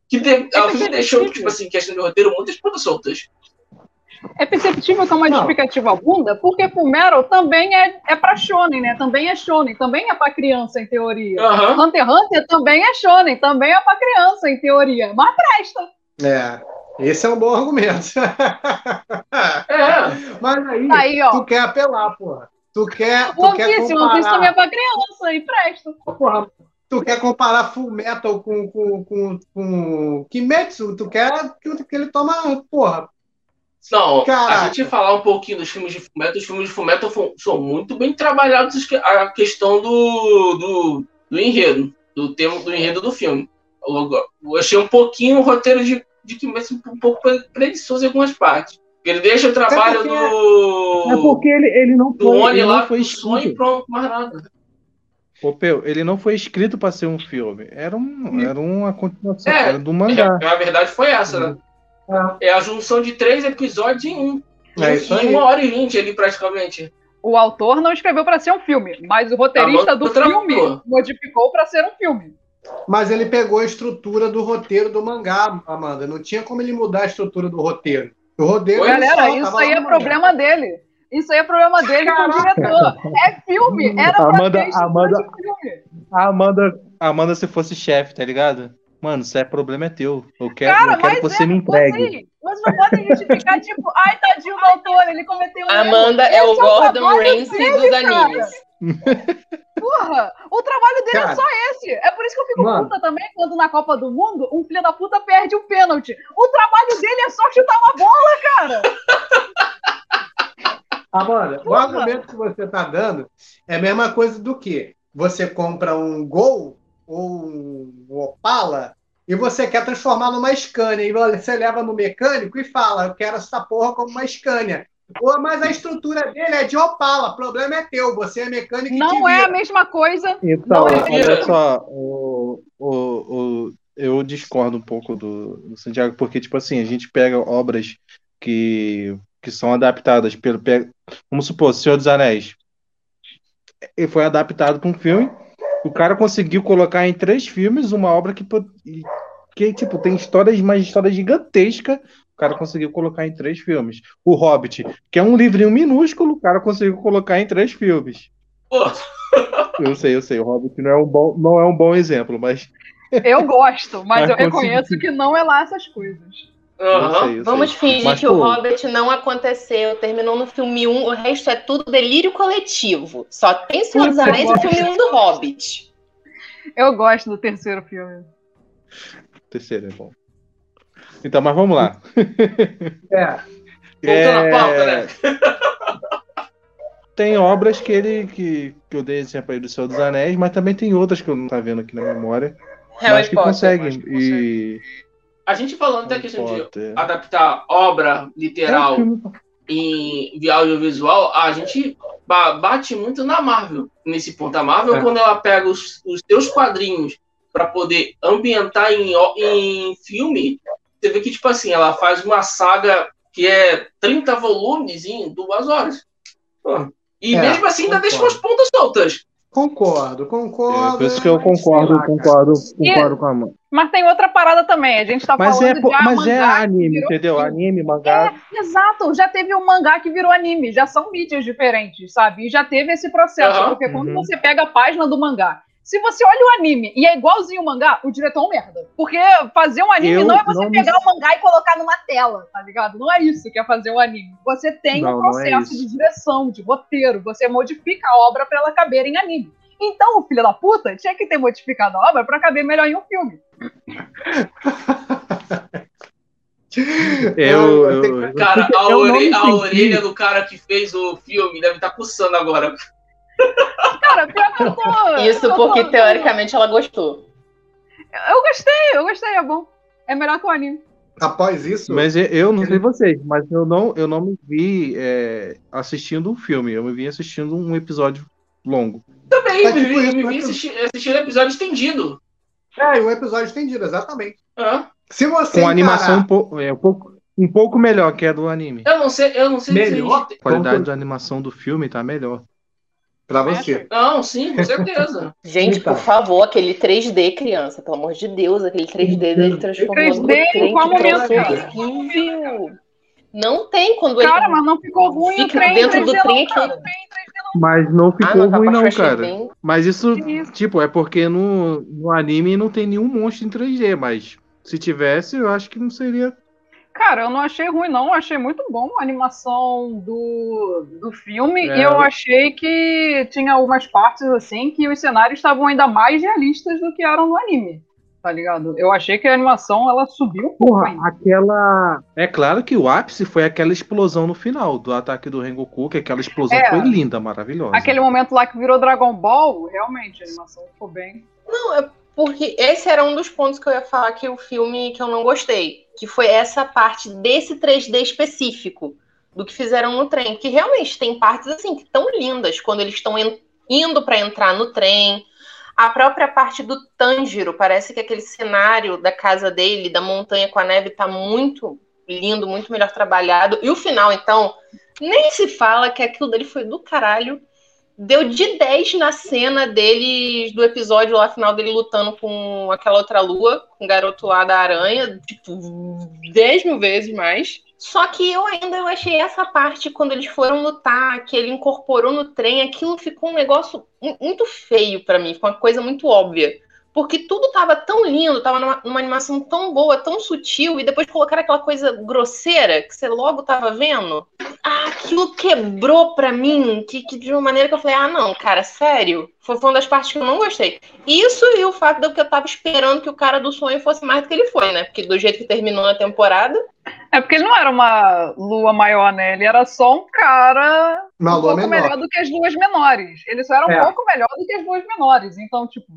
A filme deixou, tipo assim, questão de roteiro, muitas pontas soltas. É perceptível que é uma justificativa bunda, porque Fullmetal também é pra shonen, né? Também é shonen, também é pra criança, em teoria. Hunter x Hunter também é shonen, também é pra criança, em teoria. Mas presta. Esse é um bom argumento. Mas aí tu quer apelar, porra. Tu quer comparar... One Piece também é pra criança, e presta. Porra, tu quer comparar Fullmetal com Kimetsu? Tu quer que ele toma, porra. Não, a gente falar um pouquinho dos filmes de Fullmetal. Os filmes de Fullmetal são muito bem trabalhados, a questão do enredo, do tema do enredo do filme. Eu achei um pouquinho o roteiro de Kimetsu um pouco preguiçoso em algumas partes. Ele deixa o trabalho do... É porque ele não foi... Do Oni lá, foi do sonho e pronto, mais nada. Ele não foi escrito para ser um filme. Era uma continuação, era do mangá. A verdade foi essa, né? É a junção de 3 episódios em um. Isso aí. 1h20 ali, praticamente. O autor não escreveu para ser um filme, mas o roteirista do filme modificou para ser um filme. Mas ele pegou a estrutura do roteiro do mangá, Amanda. Não tinha como ele mudar a estrutura do roteiro. O roteiro Galera, isso aí é problema dele. Isso aí é problema dele com o diretor. É filme. Era pra ter estrutura de filme. Amanda, se fosse chefe, tá ligado? Mano, se problema é teu. Eu quero que você me entregue. Mas não podem justificar, tipo, tadinho do autor, ele cometeu um erro. Amanda é o Gordon Ramsay dos animes. Porra, o trabalho dele é só esse. É por isso que eu fico puta também quando na Copa do Mundo um filho da puta perde um pênalti. O trabalho dele é só chutar uma bola, cara. Amanda, o argumento que você tá dando é a mesma coisa do que você compra um Gol ou um Opala e você quer transformar numa Scania. E você leva no mecânico e fala, eu quero essa porra como uma Scania. Mas a estrutura dele é de Opala, o problema é teu, você é mecânico e não é a mesma coisa. Então, olha só, eu discordo um pouco do Santiago, porque, tipo assim, a gente pega obras que são adaptadas vamos supor, Senhor dos Anéis. Ele foi adaptado para um filme, o cara conseguiu colocar em 3 filmes uma obra que tipo, tem uma história gigantesca. O cara conseguiu colocar em 3 filmes. O Hobbit, que é um livrinho minúsculo, o cara conseguiu colocar em 3 filmes. Eu sei. O Hobbit não é um bom exemplo, mas... Eu gosto, mas eu reconheço que não é lá essas coisas. Eu sei. Vamos fingir que o Hobbit não aconteceu. Terminou no filme 1, o resto é tudo delírio coletivo. Só tem Senhor dos Anéis e o filme 1 do Hobbit. Eu gosto do terceiro filme. O terceiro é bom. Então, mas vamos lá. Voltando à pauta, né? tem obras que eu dei exemplo aí do Senhor dos Anéis, mas também tem outras que eu não tá vendo aqui na memória. Mas que conseguem. E A gente falando da Harry questão Potter. de adaptar obra literal filme. em audiovisual, a gente bate muito na Marvel nesse ponto. A Marvel, quando ela pega os seus quadrinhos para poder ambientar em filme, você vê que, tipo assim, ela faz uma saga que é 30 volumes em 2 horas. Pô. E mesmo assim ainda deixa umas pontas soltas. Concordo. Por isso que eu concordo com a mãe. Mas tem outra parada também. A gente tá falando de Mas é mangá anime, que virou entendeu? filme. Anime, mangá. Exato. Já teve um mangá que virou anime. Já são mídias diferentes, sabe? E já teve esse processo. Porque quando você pega a página do mangá, se você olha o anime e é igualzinho o mangá, o diretor é um merda. Porque fazer um anime não é você pegar o mangá e colocar numa tela, tá ligado? Não é isso que é fazer um anime. Você tem um processo de direção, de roteiro. Você modifica a obra pra ela caber em anime. Então, o filho da puta tinha que ter modificado a obra pra caber melhor em um filme. Cara, a orelha do cara que fez o filme deve estar coçando agora. Cara, pior que eu tô... Isso porque, teoricamente, ela gostou. Eu gostei, é bom. É melhor que o anime. Após isso... Mas eu não sei vocês, mas eu não me vi assistindo um filme. Eu me vi assistindo um episódio longo. Também, me vi assistindo episódio estendido. Um episódio estendido, exatamente. Se você com animação um pouco melhor que a do anime. Eu não sei melhor? A qualidade da animação do filme tá melhor. Pra você. Não, sim, com certeza. Gente, por favor, aquele 3D, criança, pelo amor de Deus, aquele 3D dele transformando no 3D em qual momento, horrível. Não tem quando ele... Cara, mas não ficou ruim fica dentro do trem aqui. Mas não ficou ruim não, cara. Mas isso, tipo, é porque no anime não tem nenhum monstro em 3D, mas se tivesse, eu acho que não seria... Cara, eu não achei ruim, não. Eu achei muito bom a animação do filme. E eu achei que tinha algumas partes, assim, que os cenários estavam ainda mais realistas do que eram no anime. Tá ligado? Eu achei que a animação, ela subiu um pouco ainda. É claro que o ápice foi aquela explosão no final do ataque do Rengoku, que aquela explosão foi linda, maravilhosa. Aquele momento lá que virou Dragon Ball, realmente, a animação ficou bem... Não, é porque esse era um dos pontos que eu ia falar que o filme que eu não gostei. Que foi essa parte desse 3D específico do que fizeram no trem. Porque realmente tem partes assim que estão lindas quando eles estão indo para entrar no trem. A própria parte do Tanjiro, parece que aquele cenário da casa dele, da montanha com a neve, tá muito lindo, muito melhor trabalhado. E o final, então, nem se fala que aquilo dele foi do caralho. Deu de 10 na cena dele, do episódio lá final dele lutando com aquela outra lua, com o garoto lá da aranha, tipo, 10 mil vezes mais. Só que eu achei essa parte, quando eles foram lutar, que ele incorporou no trem, aquilo ficou um negócio muito feio pra mim, ficou uma coisa muito óbvia. Porque tudo tava tão lindo, tava numa animação tão boa, tão sutil, e depois colocaram aquela coisa grosseira que você logo tava vendo. Aquilo quebrou pra mim, que de uma maneira que eu falei, não, cara, sério? Foi uma das partes que eu não gostei. Isso e o fato de que eu tava esperando que o cara do sonho fosse mais do que ele foi, né? Porque do jeito que terminou na temporada... É porque ele não era uma lua maior, né? Ele era só um cara um pouco melhor do que as duas menores. Ele só era um pouco melhor do que as duas menores. Então, tipo...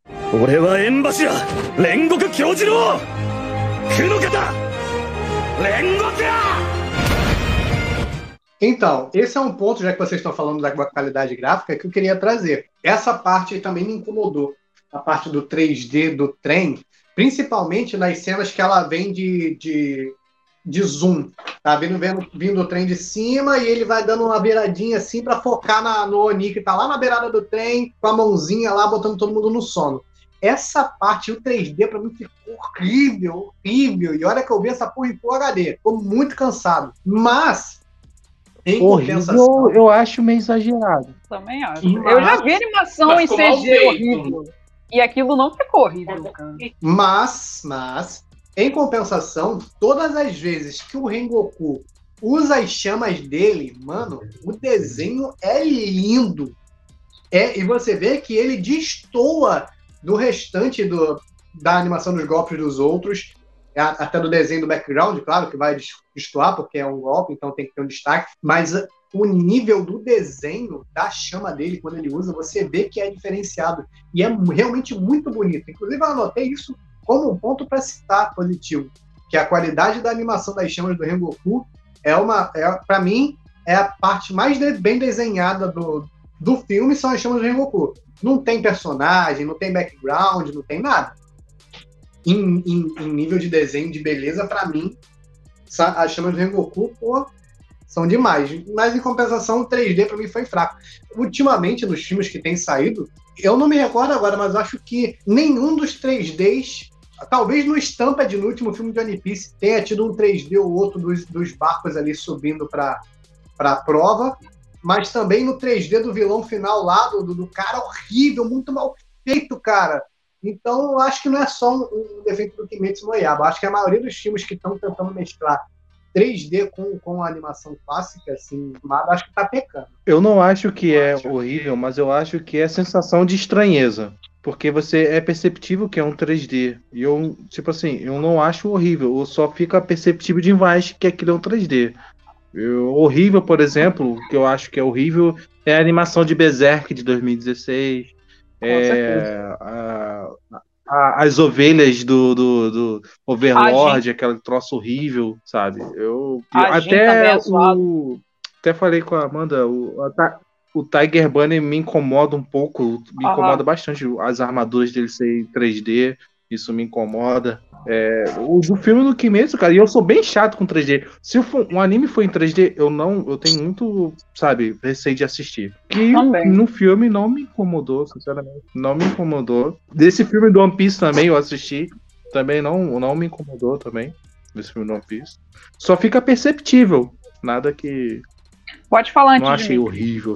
Então, esse é um ponto, já que vocês estão falando da qualidade gráfica, que eu queria trazer. Essa parte também me incomodou. A parte do 3D do trem, principalmente nas cenas que ela vem de zoom. Tá vindo o trem de cima e ele vai dando uma beiradinha assim para focar no Oni, que tá lá na beirada do trem, com a mãozinha lá, botando todo mundo no sono. Essa parte, o 3D, pra mim ficou horrível. E olha que eu vi essa porra em Full HD. Tô muito cansado. Mas, em compensação... Eu acho meio exagerado. Também acho. Eu já vi animação em CG horrível. E aquilo não ficou horrível, cara. Mas, em compensação, todas as vezes que o Rengoku usa as chamas dele, mano, o desenho é lindo. E você vê que ele destoa do restante da animação dos golpes dos outros, até do desenho do background, claro, que vai destoar, porque é um golpe, então tem que ter um destaque, mas o nível do desenho da chama dele, quando ele usa, você vê que é diferenciado. E é realmente muito bonito. Inclusive, eu anotei isso como um ponto para citar positivo, que a qualidade da animação das chamas do Rengoku para mim, é a parte mais bem desenhada do filme, são as chamas do Rengoku. Não tem personagem, não tem background, não tem nada. Em nível de desenho, de beleza, para mim, as chamas do Rengoku, são demais. Mas, em compensação, o 3D para mim foi fraco. Ultimamente, nos filmes que têm saído, eu não me recordo agora, mas acho que nenhum dos 3Ds, talvez no Stampede, no último filme de One Piece, tenha tido um 3D ou outro dos barcos ali subindo para a prova, mas também no 3D do vilão final lá, do cara horrível, muito mal feito, cara. Então, eu acho que não é só um defeito do Kimetsu no Yaiba. Acho que a maioria dos filmes que estão tentando mesclar 3D com a animação clássica, assim, acho que tá pecando. Eu não acho que é horrível, mas eu acho que é sensação de estranheza. Porque é perceptível que é um 3D. E eu, tipo assim, eu não acho horrível. Só fica perceptível demais que aquilo é um 3D. Horrível, por exemplo, o que eu acho que é horrível é a animação de Berserk de 2016. As ovelhas do Overlord, aquele troço horrível, sabe? Até falei com a Amanda, o Tiger Bunny me incomoda um pouco, me incomoda bastante as armaduras dele serem 3D, isso me incomoda. O filme do Kimetsu, cara, e eu sou bem chato com 3D. Se um anime for em 3D, eu tenho muito, sabe, receio de assistir. E no filme não me incomodou, sinceramente. Não me incomodou. Desse filme do One Piece também eu assisti. Também não me incomodou também. Desse filme do One Piece. Só fica perceptível. Nada que... Pode falar antes. Não achei horrível.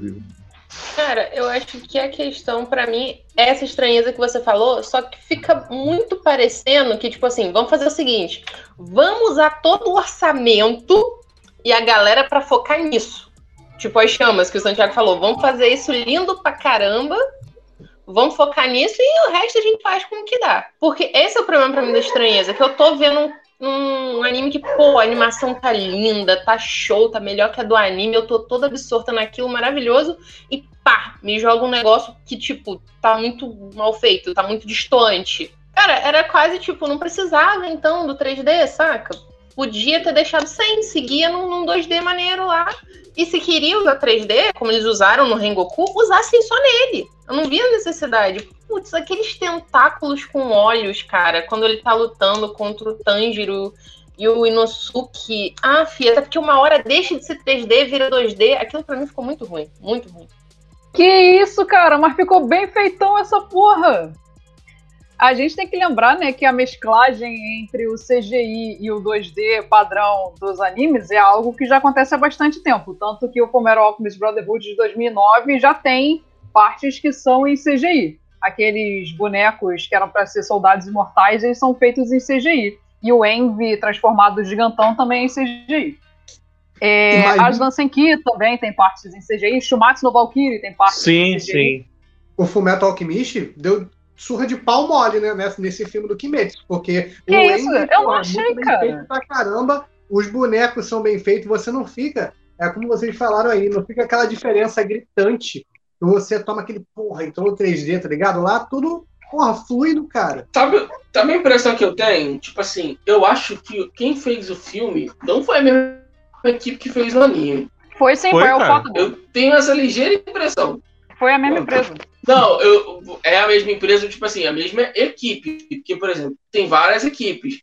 Cara, eu acho que a questão, pra mim, é essa estranheza que você falou, só que fica muito parecendo que, tipo assim, vamos fazer o seguinte, vamos usar todo o orçamento e a galera pra focar nisso. Tipo as chamas que o Santiago falou, vamos fazer isso lindo pra caramba, vamos focar nisso e o resto a gente faz com o que dá. Porque esse é o problema pra mim da estranheza, que eu tô vendo um anime que, a animação tá linda, tá show, tá melhor que a do anime, eu tô toda absorta naquilo, maravilhoso, e pá, me joga um negócio que, tipo, tá muito mal feito, tá muito distante. Cara, era quase, tipo, não precisava, então, do 3D, saca? Podia ter deixado sem, seguia num 2D maneiro lá, e se queria usar 3D, como eles usaram no Rengoku, usassem só nele. Eu não via necessidade. Putz, aqueles tentáculos com olhos, cara, quando ele tá lutando contra o Tanjiro e o Inosuke. Até porque uma hora deixa de ser 3D, vira 2D. Aquilo pra mim ficou muito ruim, muito ruim. Que isso, cara, mas ficou bem feitão essa porra. A gente tem que lembrar, né, que a mesclagem entre o CGI e o 2D padrão dos animes é algo que já acontece há bastante tempo. Tanto que o Fullmetal Alchemist Brotherhood de 2009 já tem partes que são em CGI. Aqueles bonecos que eram para ser soldados imortais, eles são feitos em CGI. E o Envy transformado gigantão também é em CGI. As Dansenki também tem partes em CGI. Shumatsu no Valkyrie tem partes em CGI. Sim. O Fullmetal Alchemist deu surra de pau mole, né, nesse filme do Kimetsu. Porque o Envy eu não achei, cara. Feito pra caramba, os bonecos são bem feitos, você não fica, como vocês falaram aí, não fica aquela diferença gritante. Você toma aquele, entrou no 3D, tá ligado? Lá tudo, fluido, cara. Sabe a impressão que eu tenho? Tipo assim, eu acho que quem fez o filme não foi a mesma equipe que fez o anime. Foi sim, foi o foco. Eu tenho essa ligeira impressão. Foi a mesma empresa. Não, é a mesma empresa, tipo assim, a mesma equipe. Porque, por exemplo, tem várias equipes.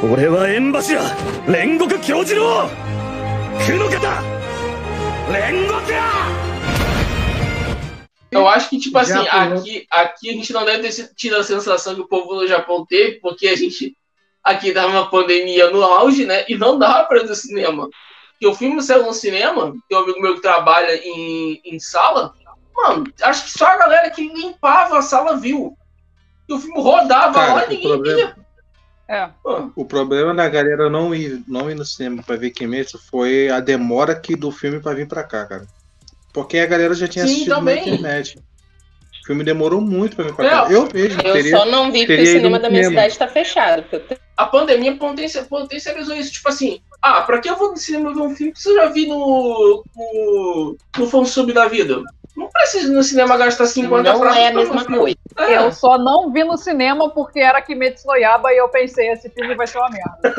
Eu acho que, tipo assim, aqui a gente não deve ter tido a sensação que o povo do Japão teve, porque a gente aqui tava uma pandemia no auge, né? E não dava pra ir no cinema. Porque o filme saiu no cinema, tem um amigo meu que trabalha em sala, mano, acho que só a galera que limpava a sala viu. E o filme rodava lá e ninguém via. O problema da galera não ir no cinema pra ver Kimetsu foi a demora do filme pra vir pra cá, cara. Porque a galera já tinha assistido também na internet. O filme demorou muito pra vir pra cá. Eu só não vi porque o cinema da minha cidade tá fechado. A pandemia potencializou isso. Tipo assim, Pra que eu vou no cinema ver um filme que eu já vi no Fansub da vida? Não preciso ir no cinema gastar 50 Não é a mesma coisa. Eu só não vi no cinema porque era Kimetsu no Yaiba e eu pensei, esse filme vai ser uma merda.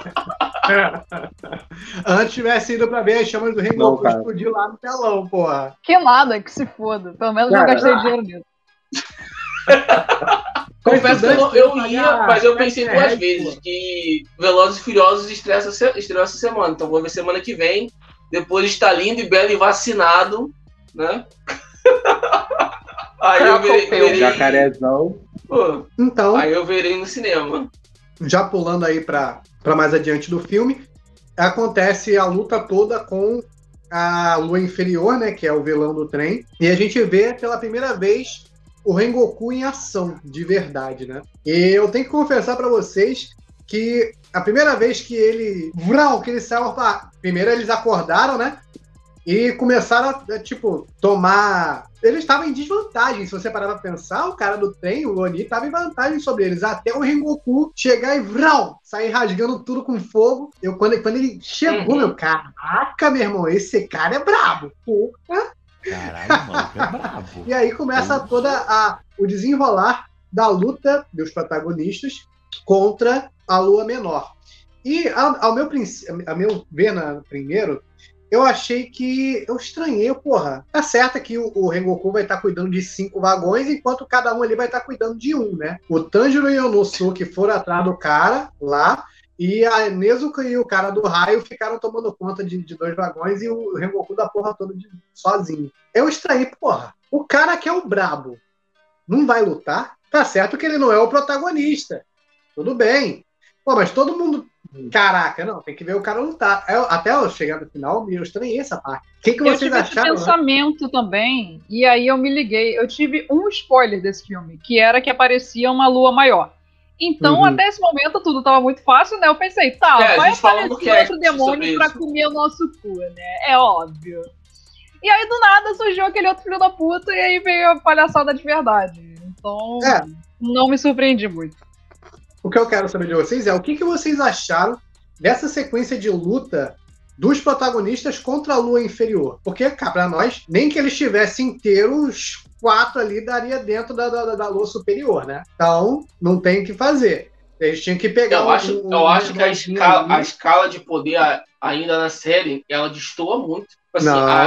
Antes tivesse ido pra ver as chamas do Rengoku explodir lá no telão, porra. Que nada, que se foda. Pelo menos eu gastei dinheiro nisso. Confesso que eu ia, mas eu pensei duas vezes que Velozes e Furiosos estreou essa semana. Então vou ver semana que vem. Depois está lindo e belo e vacinado, né? Aí eu verei. Jacarezão. Pô, então, aí eu verei no cinema. Já pulando aí pra mais adiante do filme, acontece a luta toda com a lua inferior, né? Que é o vilão do trem. E a gente vê pela primeira vez o Rengoku em ação, de verdade, né? E eu tenho que confessar pra vocês que a primeira vez que ele saiu, primeiro eles acordaram, né? E começaram a, tomar... Eles estavam em desvantagem, se você parar pra pensar, o cara do trem, o Oni, estava em vantagem sobre eles, até o Rengoku chegar e sair rasgando tudo com fogo. Quando ele chegou, meu, caraca, meu irmão, esse cara é brabo, porra. Caralho, mano, é brabo. E aí começa o desenrolar da luta dos protagonistas contra a Lua Menor. E ao meu ver primeiro, eu achei que... Eu estranhei, porra. Tá certo que o Rengoku vai estar cuidando de 5 vagões, enquanto cada um ali vai estar cuidando de um, né? O Tanjiro e o Inosuke foram atrás do cara lá, e a Nezuko e o cara do raio ficaram tomando conta de 2 vagões e o Rengoku da porra toda sozinho. Eu estranhei, porra. O cara que é o brabo não vai lutar? Tá certo que ele não é o protagonista. Tudo bem. Pô, mas todo mundo... Caraca, não, tem que ver o cara lutar. Até eu chegar no final, eu estranhei essa parte. O que vocês acharam? Eu tive esse pensamento também, e aí eu me liguei. Eu tive um spoiler desse filme, que era que aparecia uma lua maior. Então, até esse momento, tudo tava muito fácil, né? Eu pensei, vai aparecer outro demônio pra comer o nosso cu, né? É óbvio. E aí, do nada, surgiu aquele outro filho da puta, e aí veio a palhaçada de verdade. Então, não me surpreendi muito. O que eu quero saber de vocês é o que vocês acharam dessa sequência de luta dos protagonistas contra a lua inferior. Porque, cá, pra nós, nem que eles estivessem inteiros, 4 ali daria dentro da lua superior, né? Então, não tem o que fazer. Eles tinham que pegar eu acho que a escala de poder ainda na série, ela destoa muito. Assim,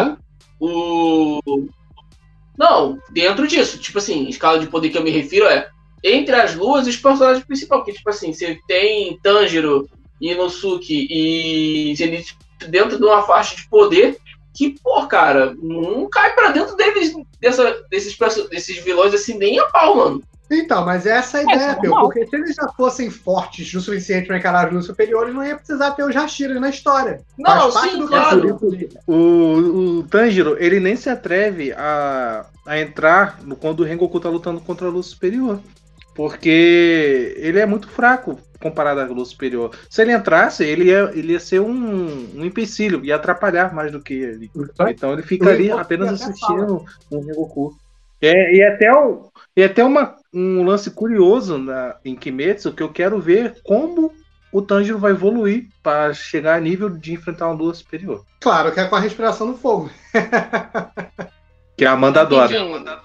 não, dentro disso. Tipo assim, escala de poder que eu me refiro é entre as luas e os personagens principais. Porque, tipo assim, você tem Tanjiro, Inosuke e Zenitsu dentro de uma faixa de poder que, pô, cara, não cai pra dentro deles, desses vilões assim, nem a pau, mano. Então, mas essa é a ideia, Pio, porque se eles já fossem fortes o suficiente para encarar as luas superiores, não ia precisar ter os Hashiras na história. Não, sim, claro. O Tanjiro, ele nem se atreve a entrar quando o Rengoku tá lutando contra a luz superior. Porque ele é muito fraco comparado à luz superior. Se ele entrasse, ele ia ser um empecilho, ia atrapalhar mais do que ele. Então ele fica ali apenas assistindo o Rengoku. E até um lance curioso em Kimetsu, que eu quero ver como o Tanjiro vai evoluir para chegar a nível de enfrentar uma lua superior. Claro, que é com a respiração no fogo. Que é a Amanda adora.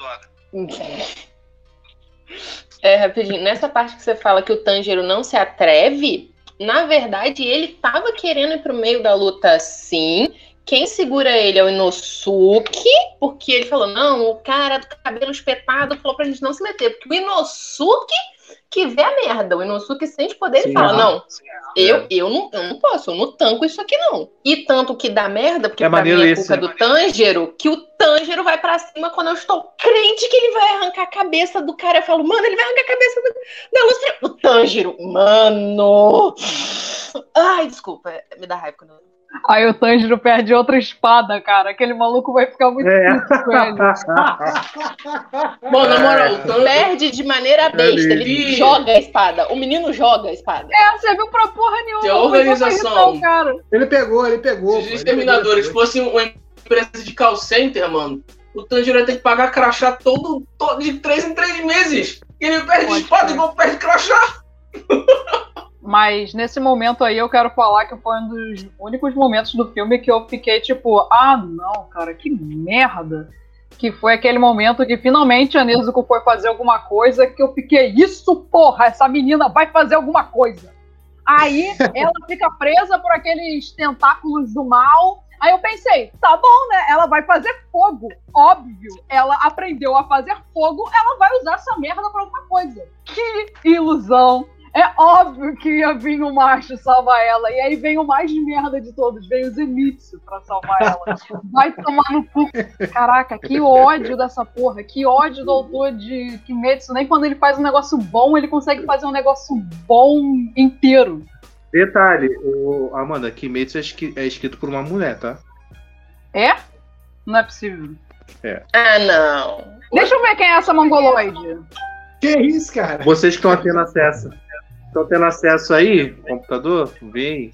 Rapidinho. Nessa parte que você fala que o Tanjiro não se atreve, na verdade, ele tava querendo ir pro meio da luta sim. Quem segura ele é o Inosuke, porque ele falou, não, o cara do cabelo espetado falou pra gente não se meter, porque o Inosuke que vê a merda, o Inosuke sente poder e fala, não, eu não posso, eu não tanco isso aqui não. E tanto que dá merda, porque pra mim é culpa do Tanjiro, que o Tanjiro vai pra cima quando eu estou crente que ele vai arrancar a cabeça do cara. Eu falo, mano, ele vai arrancar a cabeça da luz. O Tanjiro, mano. Ai, desculpa, me dá raiva quando eu... Aí o Tanjiro perde outra espada, cara. Aquele maluco vai ficar muito puto com ele. Bom, na moral, perde de maneira besta. Ele joga a espada. O menino joga a espada. Você viu pra porra nenhuma. Se a organização... Cara. Ele pegou. Se os exterminadores fossem uma empresa de call center, mano, o Tanjiro ia ter que pagar crachá todo de 3 em 3 meses. E ele perde espada igual perde crachá. Mas nesse momento aí eu quero falar que foi um dos únicos momentos do filme que eu fiquei tipo, não, cara, que merda. Que foi aquele momento que finalmente a Nezuko foi fazer alguma coisa que eu fiquei, isso porra, essa menina vai fazer alguma coisa. Aí ela fica presa por aqueles tentáculos do mal. Aí eu pensei, tá bom, né? Ela vai fazer fogo. Óbvio. Ela aprendeu a fazer fogo, ela vai usar essa merda pra alguma coisa. Que ilusão. É óbvio que ia vir o macho salvar ela. E aí vem o mais merda de todos. Veio o Zenitsu pra salvar ela. Vai tomar no cu. Caraca, que ódio dessa porra. Que ódio do autor de Kimetsu. Nem quando ele faz um negócio bom, ele consegue fazer um negócio bom inteiro. Detalhe, Amanda, Kimetsu é escrito por uma mulher, tá? É? Não é possível. É. Ah, não. Deixa eu ver quem é essa mongoloide. Que isso, cara? Vocês que estão tendo acesso. Estão tendo acesso aí? Computador? Vem.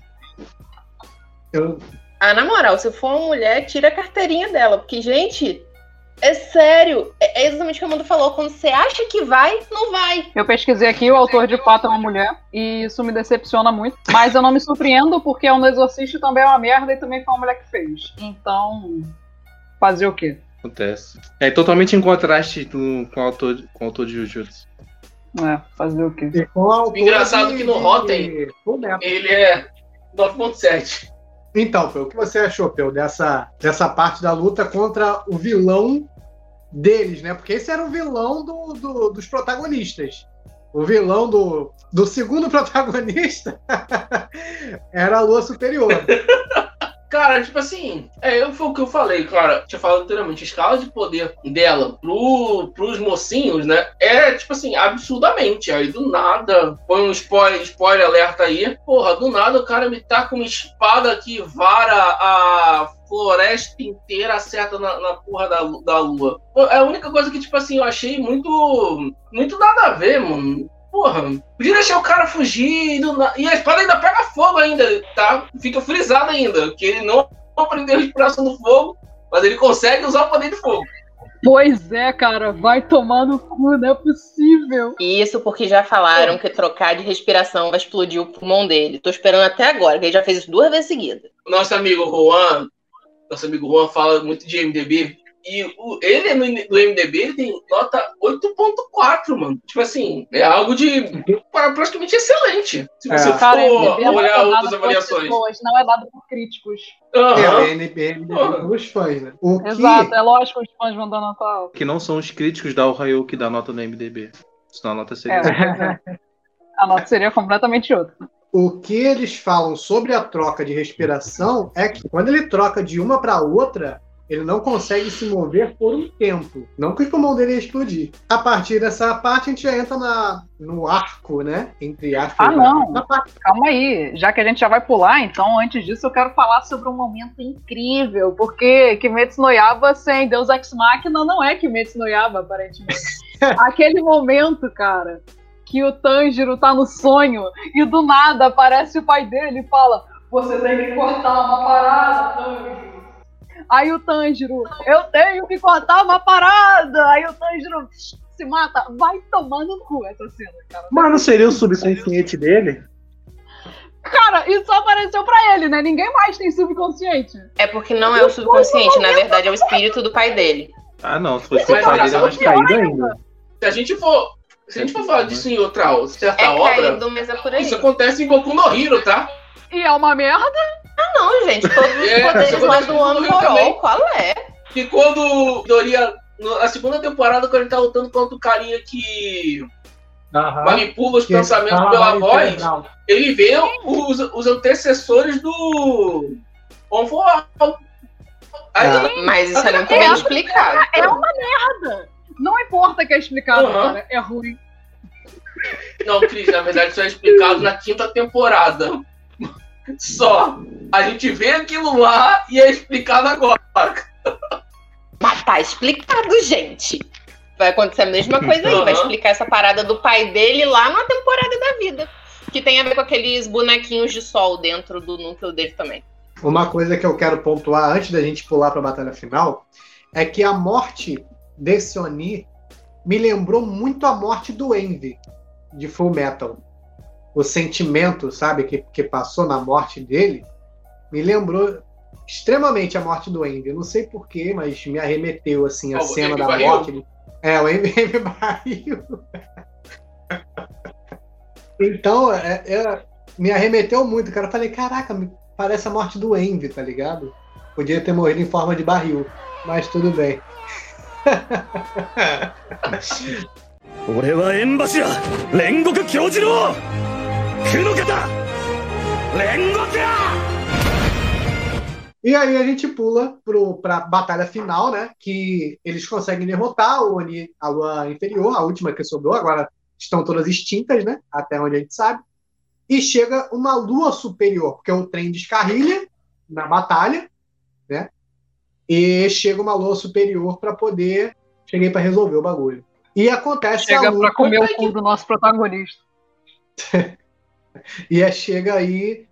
Na moral, se for uma mulher, tira a carteirinha dela. Porque, gente, é sério. É exatamente o que a Amanda falou. Quando você acha que vai, não vai. Eu pesquisei aqui, o autor de fato é uma mulher. E isso me decepciona muito. Mas eu não me surpreendo, porque o Exorcista também é uma merda e também foi uma mulher que fez. Então, fazer o quê? Acontece. É totalmente em contraste com o autor de Jujutsu. Fazer o quê? Engraçado que no Rotten ele é 9.7. Então, Peu, o que você achou, Peu, dessa parte da luta contra o vilão deles, né? Porque esse era o vilão dos protagonistas. O vilão do segundo protagonista era a Lua Superior. Cara, tipo assim, foi o que eu falei, cara. Tinha falado anteriormente, a escala de poder dela pros mocinhos, né? É, tipo assim, absurdamente. Aí do nada, põe um spoiler alerta aí. Porra, do nada o cara me taca uma espada que vara a floresta inteira, acerta na porra da lua. É a única coisa que, tipo assim, eu achei muito nada a ver, mano. Porra, podia deixar o cara fugir e a espada ainda pega fogo ainda, tá? Fica frisado ainda, que ele não aprendeu a respiração do fogo, mas ele consegue usar o poder de fogo. Pois é, cara, vai tomar no cu, não é possível. Isso porque já falaram que trocar de respiração vai explodir o pulmão dele. Tô esperando até agora, que ele já fez isso 2 vezes seguidas. Nosso amigo Juan fala muito de MDB. E ele no MDB ele tem nota 8.4, mano. Tipo assim, é algo de praticamente excelente. Se você for olhar outras avaliações. Não é dado por críticos. MDB pelos fãs, né? Exato, é lógico que os fãs vão dar nota alta. Que não são os críticos da Ohio que dá nota no MDB. Senão a nota seria... A nota seria completamente outra. O que eles falam sobre a troca de respiração é que quando ele troca de uma para outra, ele não consegue se mover por um tempo. Não que o pulmão dele ia explodir. A partir dessa parte, a gente já entra no arco, né? Entre aspas. Não. Calma aí. Já que a gente já vai pular, então, antes disso, eu quero falar sobre um momento incrível. Porque Kimetsu no Yaiba sem Deus Ex Machina não é Kimetsu no Yaiba, aparentemente. Aquele momento, cara, que o Tanjiro tá no sonho e do nada aparece o pai dele e fala: você tem que cortar uma parada, Tanjiro. Aí o Tanjiro, eu tenho que cortar uma parada. Aí o Tanjiro se mata. Vai tomar no cu essa cena, cara. Mas não seria o subconsciente dele? Cara, isso só apareceu pra ele, né? Ninguém mais tem subconsciente. É porque não é o subconsciente, na verdade é o espírito do pai dele. Ah, não, se fosse o pai dele é mais caído ainda. Se a gente for falar disso em certa obra, caído, mas é por aí. Isso acontece em Boku no Hero, tá? E é uma merda? Não, gente, todos os poderes lá do ano Morol, qual é? E quando Doria, na segunda temporada, quando ele tá lutando contra o carinha que manipula os pensamentos pela voz, ele vê os antecessores do Onfoal. Mas isso é muito bem explicado. É uma merda. Não importa que é explicado, cara, é ruim. Não, Cris, na verdade isso é explicado na 5ª temporada. Só. A gente vê aquilo lá e é explicado agora. Mas tá explicado, gente. Vai acontecer a mesma coisa aí. Vai explicar essa parada do pai dele lá na temporada da vida. Que tem a ver com aqueles bonequinhos de sol dentro do núcleo dele também. Uma coisa que eu quero pontuar antes da gente pular pra batalha final é que a morte desse Oni me lembrou muito a morte do Envy de Full Metal. o sentimento, sabe, que passou na morte dele, me lembrou extremamente a morte do Envy. Eu não sei porquê, mas me arremeteu, assim, a cena da morte. O Envy Barril. Então, me arremeteu muito, cara. Eu falei, caraca, parece a morte do Envy, tá ligado? Podia ter morrido em forma de barril, mas tudo bem. 俺は縁柱煉獄教授の九の方煉獄や! E aí a gente pula pra batalha final, né? Que eles conseguem derrotar a Lua Inferior, a última que sobrou, agora estão todas extintas, né? Até onde a gente sabe. E chega uma Lua Superior, porque o trem descarrilha na batalha, né? E chega uma Lua Superior para poder... Cheguei para resolver o bagulho. E acontece chega a luta... pra comer o cu do nosso protagonista. E chega aí...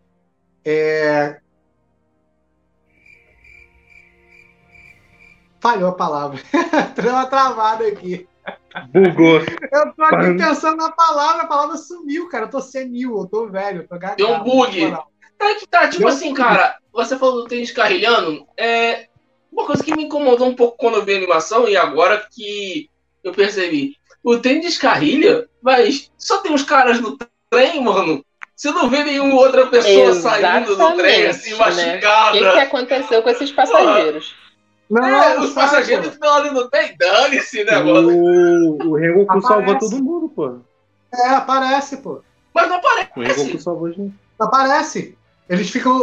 Falhou a palavra. Deu uma travada aqui. Bugou. Eu tô aqui pensando na palavra, a palavra sumiu, cara. Eu tô senil, eu tô velho, eu tô gago. Deu um bug. Tá, tipo assim, cara, você falou do trem descarrilhando, uma coisa que me incomodou um pouco quando eu vi a animação, e agora que eu percebi, o trem descarrilha, mas só tem uns caras no trem, mano. Você não vê nenhuma outra pessoa saindo do trem, assim, machucada. O que aconteceu com esses passageiros? Os passageiros que estão ali no trem, dane-se, né, mano? O Rengoku salvou todo mundo, pô. Aparece, pô. Mas não aparece. O Rengoku salvou a gente. Aparece. Eles ficam...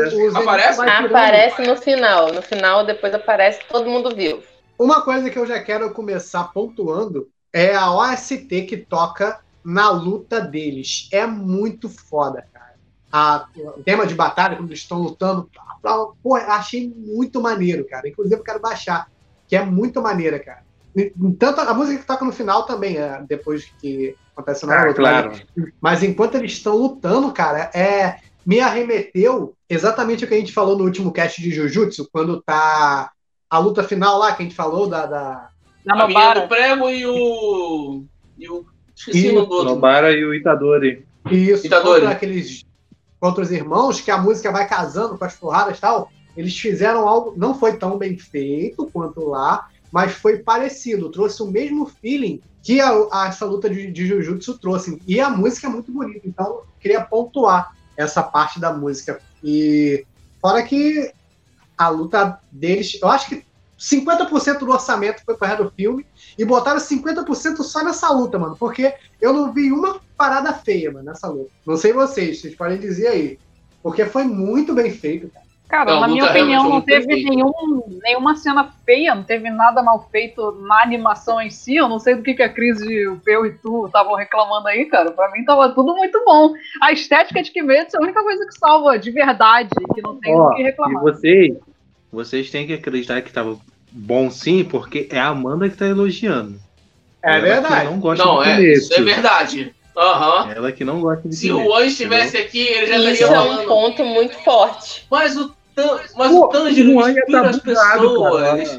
Aparece no final. No final, depois aparece todo mundo vivo. Uma coisa que eu já quero começar pontuando é a OST que toca na luta deles. É muito foda, cara. O tema de batalha, quando eles estão lutando... Pô, achei muito maneiro, cara. Inclusive, eu quero baixar, que é muito maneira, cara. Tanto a música que toca no final também, depois que acontece na luta. Claro. Mas enquanto eles estão lutando, cara, me arremeteu exatamente o que a gente falou no último cast de Jujutsu, quando tá a luta final lá, que a gente falou da a menina do prego e o esqueci o nome do outro. Nobara e o Itadori. Isso, contra os irmãos, que a música vai casando com as porradas e tal. Eles fizeram algo, não foi tão bem feito quanto lá, mas foi parecido, trouxe o mesmo feeling que essa luta de Jujutsu trouxe. E a música é muito bonita, então eu queria pontuar essa parte da música. E fora que a luta deles, eu acho que 50% do orçamento foi para o resto do filme e botaram 50% só nessa luta, mano, porque eu não vi uma parada feia, mano, nessa luta. Não sei vocês podem dizer aí, porque foi muito bem feito, cara. Cara, na minha opinião, não teve nenhuma cena feia, não teve nada mal feito na animação em si. Eu não sei do que a Cris, o Peu e tu estavam reclamando aí, cara. Pra mim tava tudo muito bom. A estética de Kimetsu é a única coisa que salva de verdade, que não tem do que reclamar. E vocês têm que acreditar que tava bom sim, porque é a Amanda que tá elogiando. É verdade. Não gosta de Kimetsu. Isso é verdade. Uhum. Ela que não gosta de Se o One estivesse aqui, ele já estaria falando. Isso é um ponto muito forte. Mas o Tanjiro inspira as pessoas.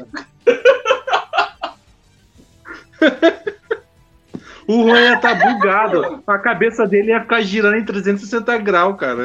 O Juan ia tá bugado. A cabeça dele ia ficar girando em 360 graus, cara.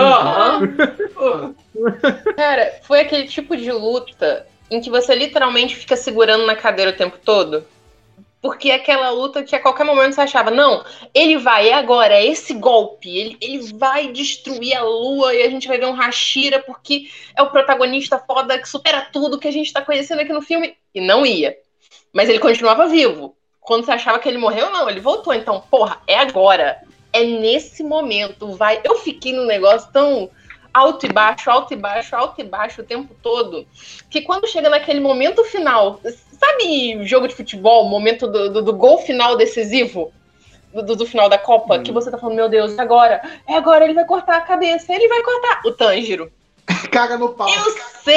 Cara, foi aquele tipo de luta em que você literalmente fica segurando na cadeira o tempo todo. Porque aquela luta que a qualquer momento você achava, não, ele vai, é agora, é esse golpe, ele vai destruir a lua e a gente vai ver um Hashira porque é o protagonista foda que supera tudo que a gente tá conhecendo aqui no filme. E não ia. Mas ele continuava vivo. Quando você achava que ele morreu, não, ele voltou. Então, porra, é agora. É nesse momento, vai. Eu fiquei num negócio tão alto e baixo, alto e baixo, alto e baixo o tempo todo, que quando chega naquele momento final, sabe jogo de futebol, momento do gol final decisivo, do final da Copa, que você tá falando, meu Deus, é agora, ele vai cortar a cabeça, ele vai cortar o Tanjiro. Caga no pau. Eu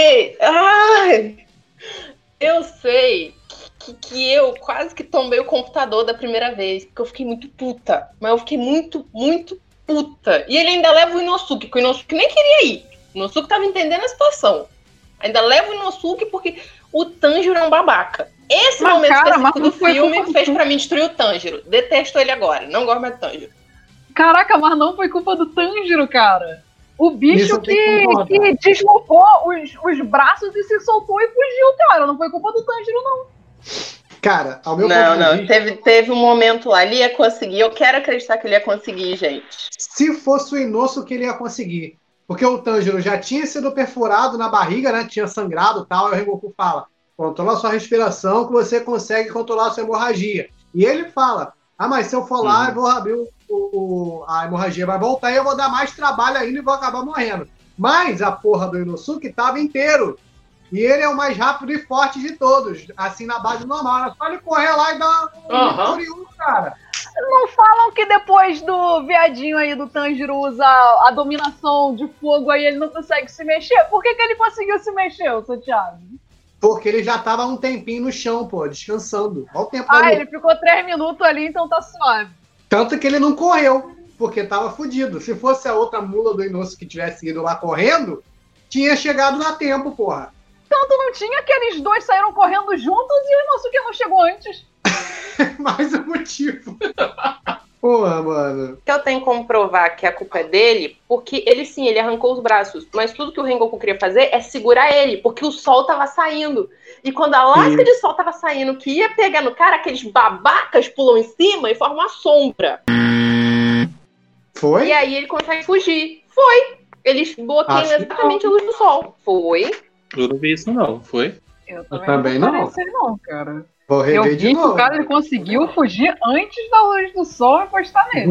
sei que eu quase que tombei o computador da primeira vez, porque eu fiquei muito puta, mas eu fiquei muito, muito puta. E ele ainda leva o Inosuke, porque o Inosuke nem queria ir. O Inosuke tava entendendo a situação. Ainda leva o Inosuke porque o Tanjiro é um babaca. Esse momento específico do filme fez pra mim destruir o Tanjiro. Detesto ele agora. Não gosto mais do Tanjiro. Caraca, mas não foi culpa do Tanjiro, cara. O bicho Isso eu tenho que que deslocou os braços e se soltou e fugiu, cara. Não foi culpa do Tanjiro, não. Cara, ao meu ponto Não, de vista, teve um momento lá, ele ia conseguir, eu quero acreditar que ele ia conseguir, gente. se fosse o Inosso que ele ia conseguir. Porque o Tanjiro já tinha sido perfurado na barriga, né? Tinha sangrado e tal. Aí o Rengoku fala: controla sua respiração que você consegue controlar a sua hemorragia. E ele fala: mas se eu for lá, eu vou abrir a hemorragia vai voltar e eu vou dar mais trabalho ainda e vou acabar morrendo. Mas a porra do Inosuke tava inteiro. E ele é o mais rápido e forte de todos. Assim, na base normal. Era só ele correr lá e dar um cara. Não falam que depois do viadinho aí do Tanjiro usa a dominação de fogo aí ele não consegue se mexer? Por que ele conseguiu se mexer, o Santiago? Porque ele já tava um tempinho no chão, pô, descansando. Olha o tempo ele ficou 3 minutos ali, então tá suave. Tanto que ele não correu, porque tava fudido. Se fosse a outra mula do Inosuke que tivesse ido lá correndo, tinha chegado a tempo, porra. Tanto não tinha que eles dois saíram correndo juntos e o Inosuke não chegou antes. Mais um motivo. Porra, mano. Eu tenho como provar que a culpa é dele, porque ele arrancou os braços, mas tudo que o Rengoku queria fazer é segurar ele, porque o sol tava saindo. E quando a lasca de sol tava saindo, que ia pegar no cara, aqueles babacas pulam em cima e formam uma sombra. Foi? E aí ele consegue fugir. Foi. Eles bloqueiam exatamente a luz do sol. Foi. Eu não vi isso, não. Foi? Eu também não. Não sei não, cara. Vou rever eu vi de que novo. o cara ele conseguiu fugir antes da luz do sol e postar nele.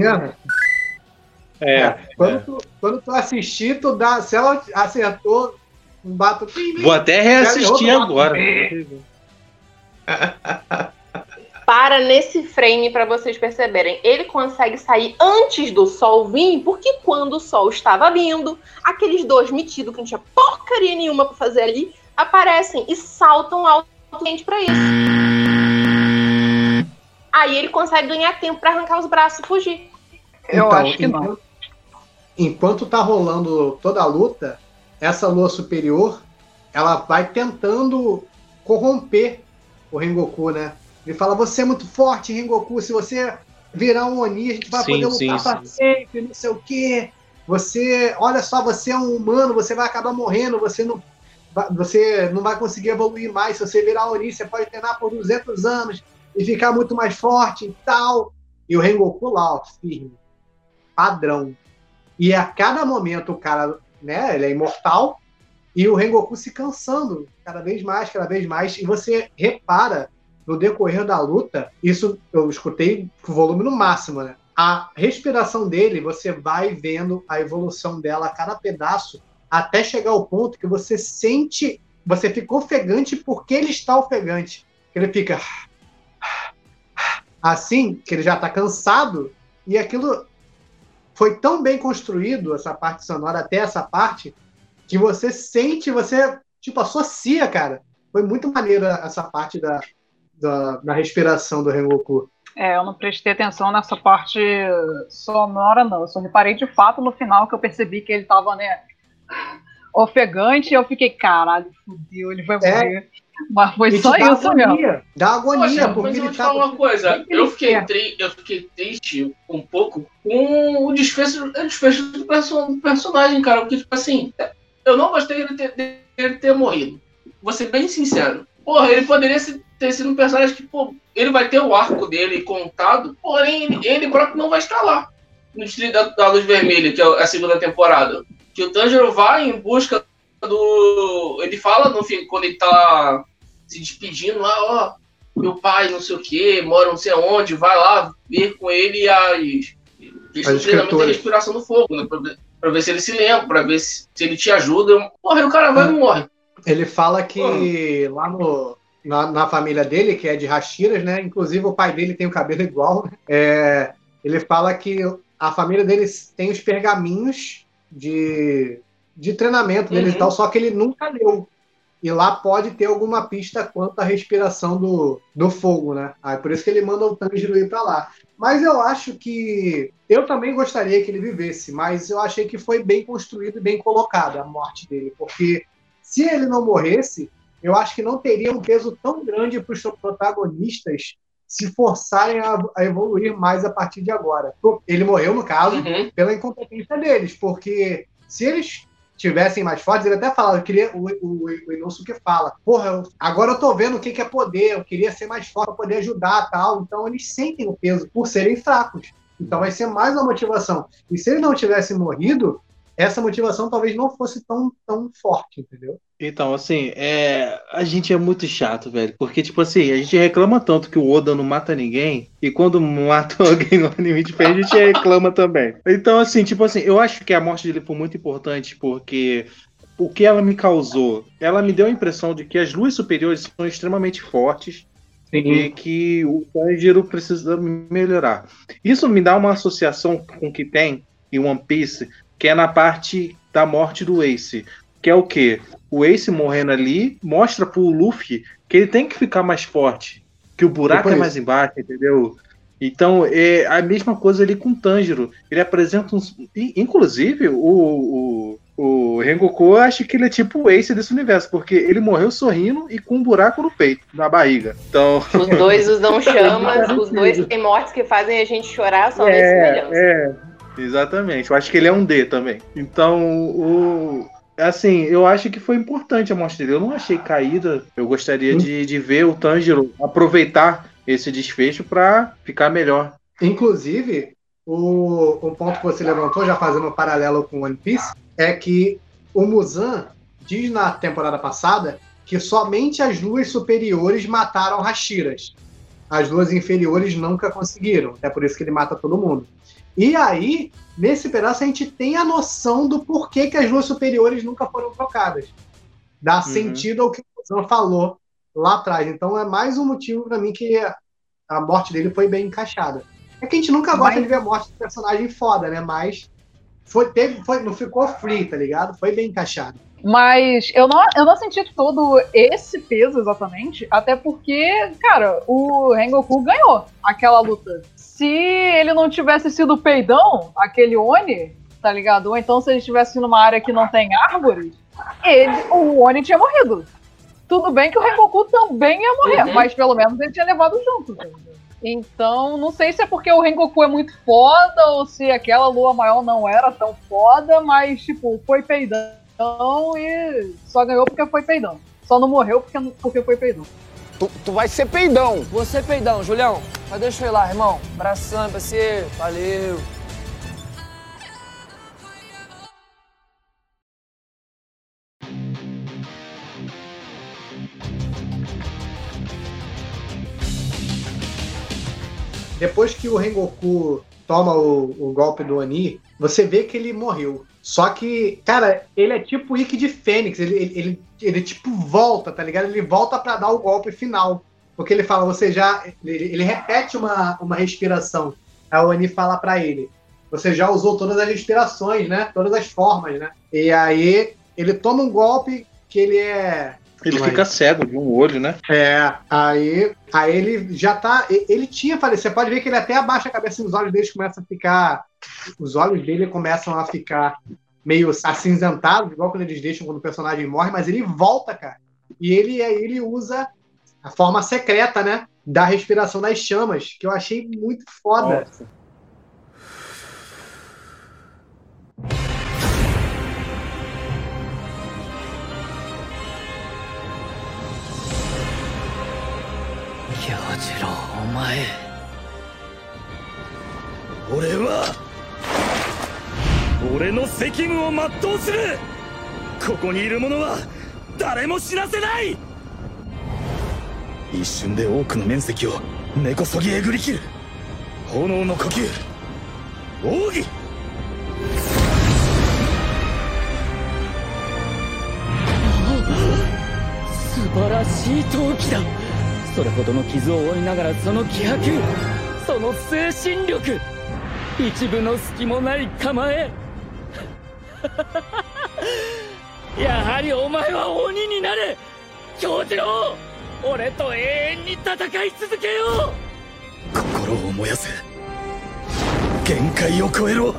Quando tu assistir, tu dá. Se ela acertou, bato. Vou até reassistir agora. Para nesse frame para vocês perceberem. Ele consegue sair antes do sol vir, porque quando o sol estava vindo, aqueles dois metidos que não tinha porcaria nenhuma para fazer ali, aparecem e saltam altamente para isso. Aí ele consegue ganhar tempo para arrancar os braços e fugir. Eu acho que não. Enquanto tá rolando toda a luta, essa lua superior, ela vai tentando corromper o Rengoku, né? Ele fala: você é muito forte, Rengoku, se você virar um Oni, a gente vai poder lutar pra sempre, não sei o quê. Você, olha só, você é um humano, você vai acabar morrendo, você não vai conseguir evoluir mais. Se você virar Oni, você pode treinar por 200 anos e ficar muito mais forte e tal. E o Rengoku lá, ó, firme, padrão. E a cada momento o cara, né, ele é imortal, e o Rengoku se cansando cada vez mais, e você repara no decorrer da luta, isso eu escutei com o volume no máximo, né? A respiração dele, você vai vendo a evolução dela a cada pedaço, até chegar ao ponto que você sente, você fica ofegante porque ele está ofegante. Ele fica assim, que ele já está cansado, e aquilo foi tão bem construído, essa parte sonora até essa parte, que você sente, você tipo associa, cara. Foi muito maneira essa parte da respiração do Rengoku. Eu não prestei atenção nessa parte sonora, não. Eu só reparei de fato no final que eu percebi que ele tava, né, ofegante, e eu fiquei, caralho, fudeu, ele vai morrer. Mas foi só isso mesmo. Dá agonia, porque mas eu ele vou te falar uma coisa. Eu fiquei triste um pouco com o desfecho do personagem, cara. Porque, tipo assim, eu não gostei dele ter morrido. Vou ser bem sincero. Porra, ele poderia ter sido um personagem que, pô, ele vai ter o arco dele contado, porém, ele próprio não vai estar lá. No Distrito da Luz Vermelha, que é a segunda temporada. Que o Tanjiro vai em busca do... Ele fala no fim, quando ele tá se despedindo lá, ó, meu pai, não sei o que, mora não sei aonde, vai lá ver com ele as treinamento de respiração do fogo, né? Pra ver se ele se lembra, pra ver se ele te ajuda. Porra, e o cara vai e não morre. Ele fala que lá na família dele, que é de Hashiras, né? Inclusive o pai dele tem o cabelo igual. Ele fala que a família dele tem os pergaminhos de treinamento deles e tal, só que ele nunca leu. E lá pode ter alguma pista quanto à respiração do fogo, né? Por isso que ele manda o Tanjiro ir pra lá. Mas eu acho que... Eu também gostaria que ele vivesse, mas eu achei que foi bem construído e bem colocado a morte dele, porque se ele não morresse, eu acho que não teria um peso tão grande para os protagonistas se forçarem a evoluir mais a partir de agora. Ele morreu, no caso, pela incompetência deles, porque se eles tivessem mais fortes, ele até fala, eu queria, o Inosuke fala, porra, agora eu tô vendo o que é poder, eu queria ser mais forte para poder ajudar, tal. Então eles sentem o peso por serem fracos. Então vai ser mais uma motivação. E se ele não tivesse morrido, essa motivação talvez não fosse tão forte, entendeu? Então, assim, a gente é muito chato, velho. Porque, tipo assim, a gente reclama tanto que o Oda não mata ninguém, e quando mata alguém no anime diferente, a gente reclama também. Então, assim, tipo assim, eu acho que a morte dele foi muito importante, porque o que ela me causou? Ela me deu a impressão de que as luas superiores são extremamente fortes, e que o Tanjiro precisa melhorar. Isso me dá uma associação com o que tem em One Piece, que é na parte da morte do Ace. Que é o quê? O Ace morrendo ali mostra pro Luffy que ele tem que ficar mais forte, que o buraco é mais embaixo, entendeu? Então, é a mesma coisa ali com o Tanjiro. Ele apresenta uns... Inclusive, o Rengoku, eu acho que ele é tipo o Ace desse universo, porque ele morreu sorrindo e com um buraco no peito, na barriga. Então... Os dois os não chamas, os dois têm mortes que fazem a gente chorar, só nesse semelhança. Exatamente. Eu acho que ele é um D também. Então, assim, eu acho que foi importante a morte dele. Eu não achei caída. Eu gostaria de ver o Tanjiro aproveitar esse desfecho para ficar melhor. Inclusive, um ponto que você levantou, já fazendo um paralelo com One Piece, é que o Muzan diz na temporada passada que somente as luas superiores mataram Hashiras. As luas inferiores nunca conseguiram. É por isso que ele mata todo mundo. E aí, nesse pedaço, a gente tem a noção do porquê que as luas superiores nunca foram trocadas. Dá sentido ao que o Muzan falou lá atrás. Então é mais um motivo para mim que a morte dele foi bem encaixada. É que a gente nunca gosta de ver a morte do personagem foda, né? Mas não ficou free, tá ligado? Foi bem encaixado. Mas eu não senti todo esse peso exatamente, até porque, cara, o Rengoku ganhou aquela luta. Se ele não tivesse sido peidão, aquele Oni, tá ligado? Ou então se ele estivesse numa área que não tem árvores, o Oni tinha morrido. Tudo bem que o Rengoku também ia morrer, mas pelo menos ele tinha levado junto. Tá ligado? Então, não sei se é porque o Rengoku é muito foda ou se aquela lua maior não era tão foda, mas, tipo, foi peidão e só ganhou porque foi peidão. Só não morreu porque foi peidão. Tu vai ser peidão. Vou ser peidão, Julião. Mas deixa eu ir lá, irmão. Abração, parceiro. Valeu. Depois que o Rengoku toma o golpe do Oni, você vê que ele morreu. Só que, cara, ele é tipo o Ikki de Fênix. Ele tipo volta, tá ligado? Ele volta pra dar o golpe final. Porque ele fala, ele repete uma respiração. Aí o Oni fala pra ele, você já usou todas as respirações, né? Todas as formas, né? E aí ele toma um golpe que ele é... Ele fica cego de um olho, né? Aí ele já tá... Ele tinha falecido. Você pode ver que ele até abaixa a cabeça e os olhos dele começam a ficar... Os olhos dele começam a ficar meio acinzentados, igual quando eles deixam quando o personagem morre, mas ele volta, cara. E ele usa a forma secreta, né? Da respiração das chamas, que eu achei muito foda. Nossa. 俺の責務を全うする。ここにいる者は誰も死なせない。一瞬で多くの面積を根こそぎえぐり切る炎の呼吸奥義。素晴らしい闘気だ。それほどの傷を負いながらその気迫、その精神力、一分の隙もない構えやはりお前は鬼になれ京次郎。俺と永遠に戦い続けよう。心を燃やせ、限界を超えろ。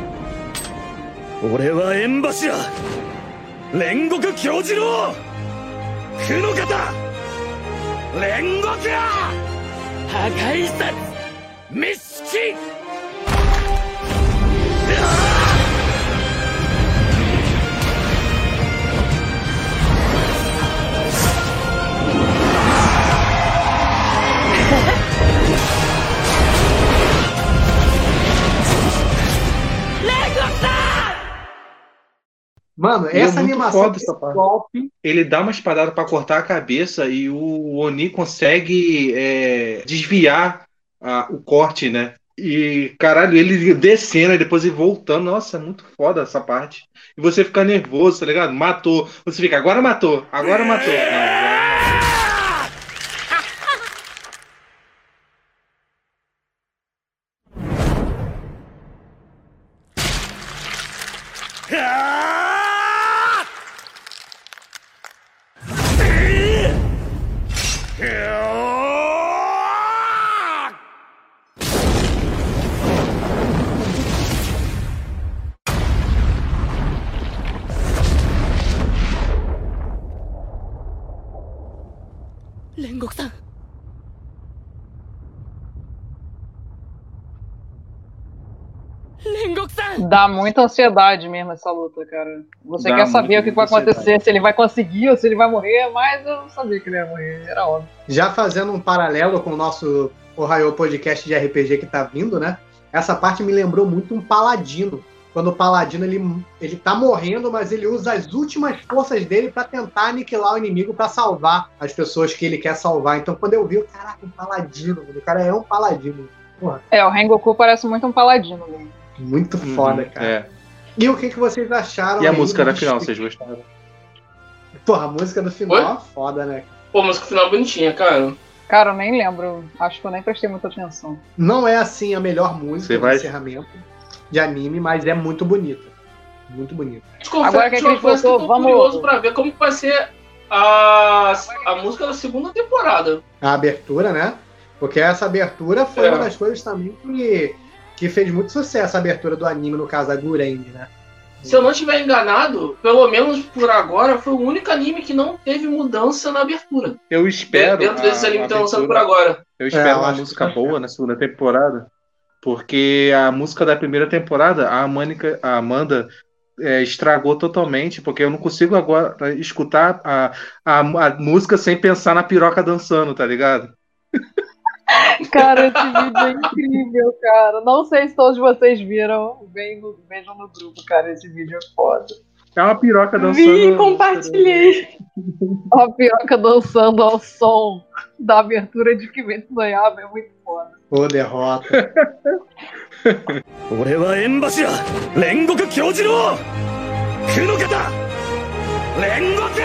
俺は縁柱煉獄京次郎、負の方煉獄や。 破壊殺滅式 Mano, essa animação foda, top. Ele dá uma espadada pra cortar a cabeça e o Oni consegue desviar o corte, né? E, caralho, ele descendo e depois ele voltando. Nossa, é muito foda essa parte. E você fica nervoso, tá ligado? Matou. Você fica, agora matou. Não, agora matou. Dá muita ansiedade mesmo essa luta, cara. Você quer saber o que vai acontecer, se ele vai conseguir ou se ele vai morrer, mas eu não sabia que ele ia morrer, era óbvio. Já fazendo um paralelo com o nosso Ohio Podcast de RPG que tá vindo, né? Essa parte me lembrou muito um paladino. Quando o paladino, ele tá morrendo, mas ele usa as últimas forças dele pra tentar aniquilar o inimigo, pra salvar as pessoas que ele quer salvar. Então quando eu vi, caraca, um paladino, o cara é um paladino. Porra. O Rengoku parece muito um paladino, mesmo. Muito foda, cara. E o que vocês acharam? E a música da final, vocês gostaram? Porra, a música do final é foda, né? Pô, a música final bonitinha, cara. Cara, eu nem lembro. Acho que eu nem prestei muita atenção. Não é, assim, a melhor música do encerramento de anime, mas é muito bonita. Muito bonita. Agora que a gente voltou, vamos... curioso pra ver como vai ser a música da segunda temporada. A abertura, né? Porque essa abertura foi uma das coisas também que fez muito sucesso, a abertura do anime, no caso da Gureng, né? Se eu não estiver enganado, pelo menos por agora, foi o único anime que não teve mudança na abertura. Eu espero... Dentro desses animes que estão lançando por agora. Eu espero uma música boa na segunda temporada, porque a música da primeira temporada, a Amanda estragou totalmente, porque eu não consigo agora escutar a música sem pensar na piroca dançando, tá ligado? Cara, esse vídeo é incrível, cara. Não sei se todos vocês viram. Vejam no grupo, cara. Esse vídeo é foda. É uma piroca dançando. Vi, compartilhei. Uma piroca dançando ao som da abertura de Kimetsu no Yaiba é muito foda. Pô, derrota. Ore Enbashira, Rengoku Kyojiro, Kunokata, Rengoku!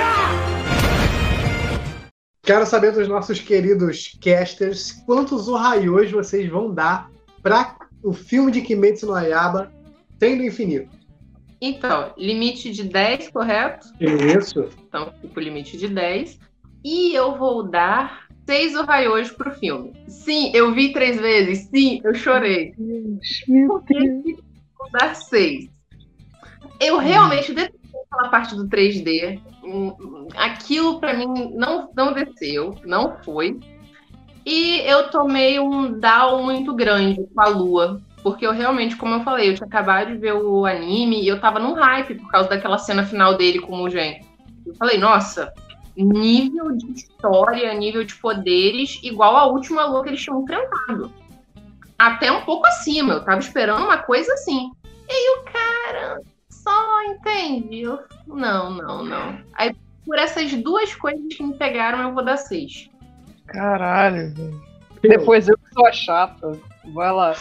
Quero saber dos nossos queridos casters quantos Ohayos vocês vão dar para o filme de Kimetsu no Yaiba Tendo Infinito. Então, limite de 10, correto? Isso. Então, fica o limite de 10. E eu vou dar 6 Ohayos pro filme. Sim, eu vi 3 vezes. Sim, eu chorei. Por que vou dar 6? Eu realmente detestei aquela parte do 3D. Aquilo pra mim não desceu, não foi. E eu tomei um down muito grande com a Lua, porque eu realmente, como eu falei, eu tinha acabado de ver o anime e eu tava num hype por causa daquela cena final dele com o Mugen. Eu falei, nossa, nível de história, nível de poderes igual a última Lua que eles tinham enfrentado. Até um pouco acima, eu tava esperando uma coisa assim. E aí o cara só entende. Não. Aí, por essas duas coisas que me pegaram, eu vou dar 6. Caralho, velho. Depois eu que sou a chata. Vai lá.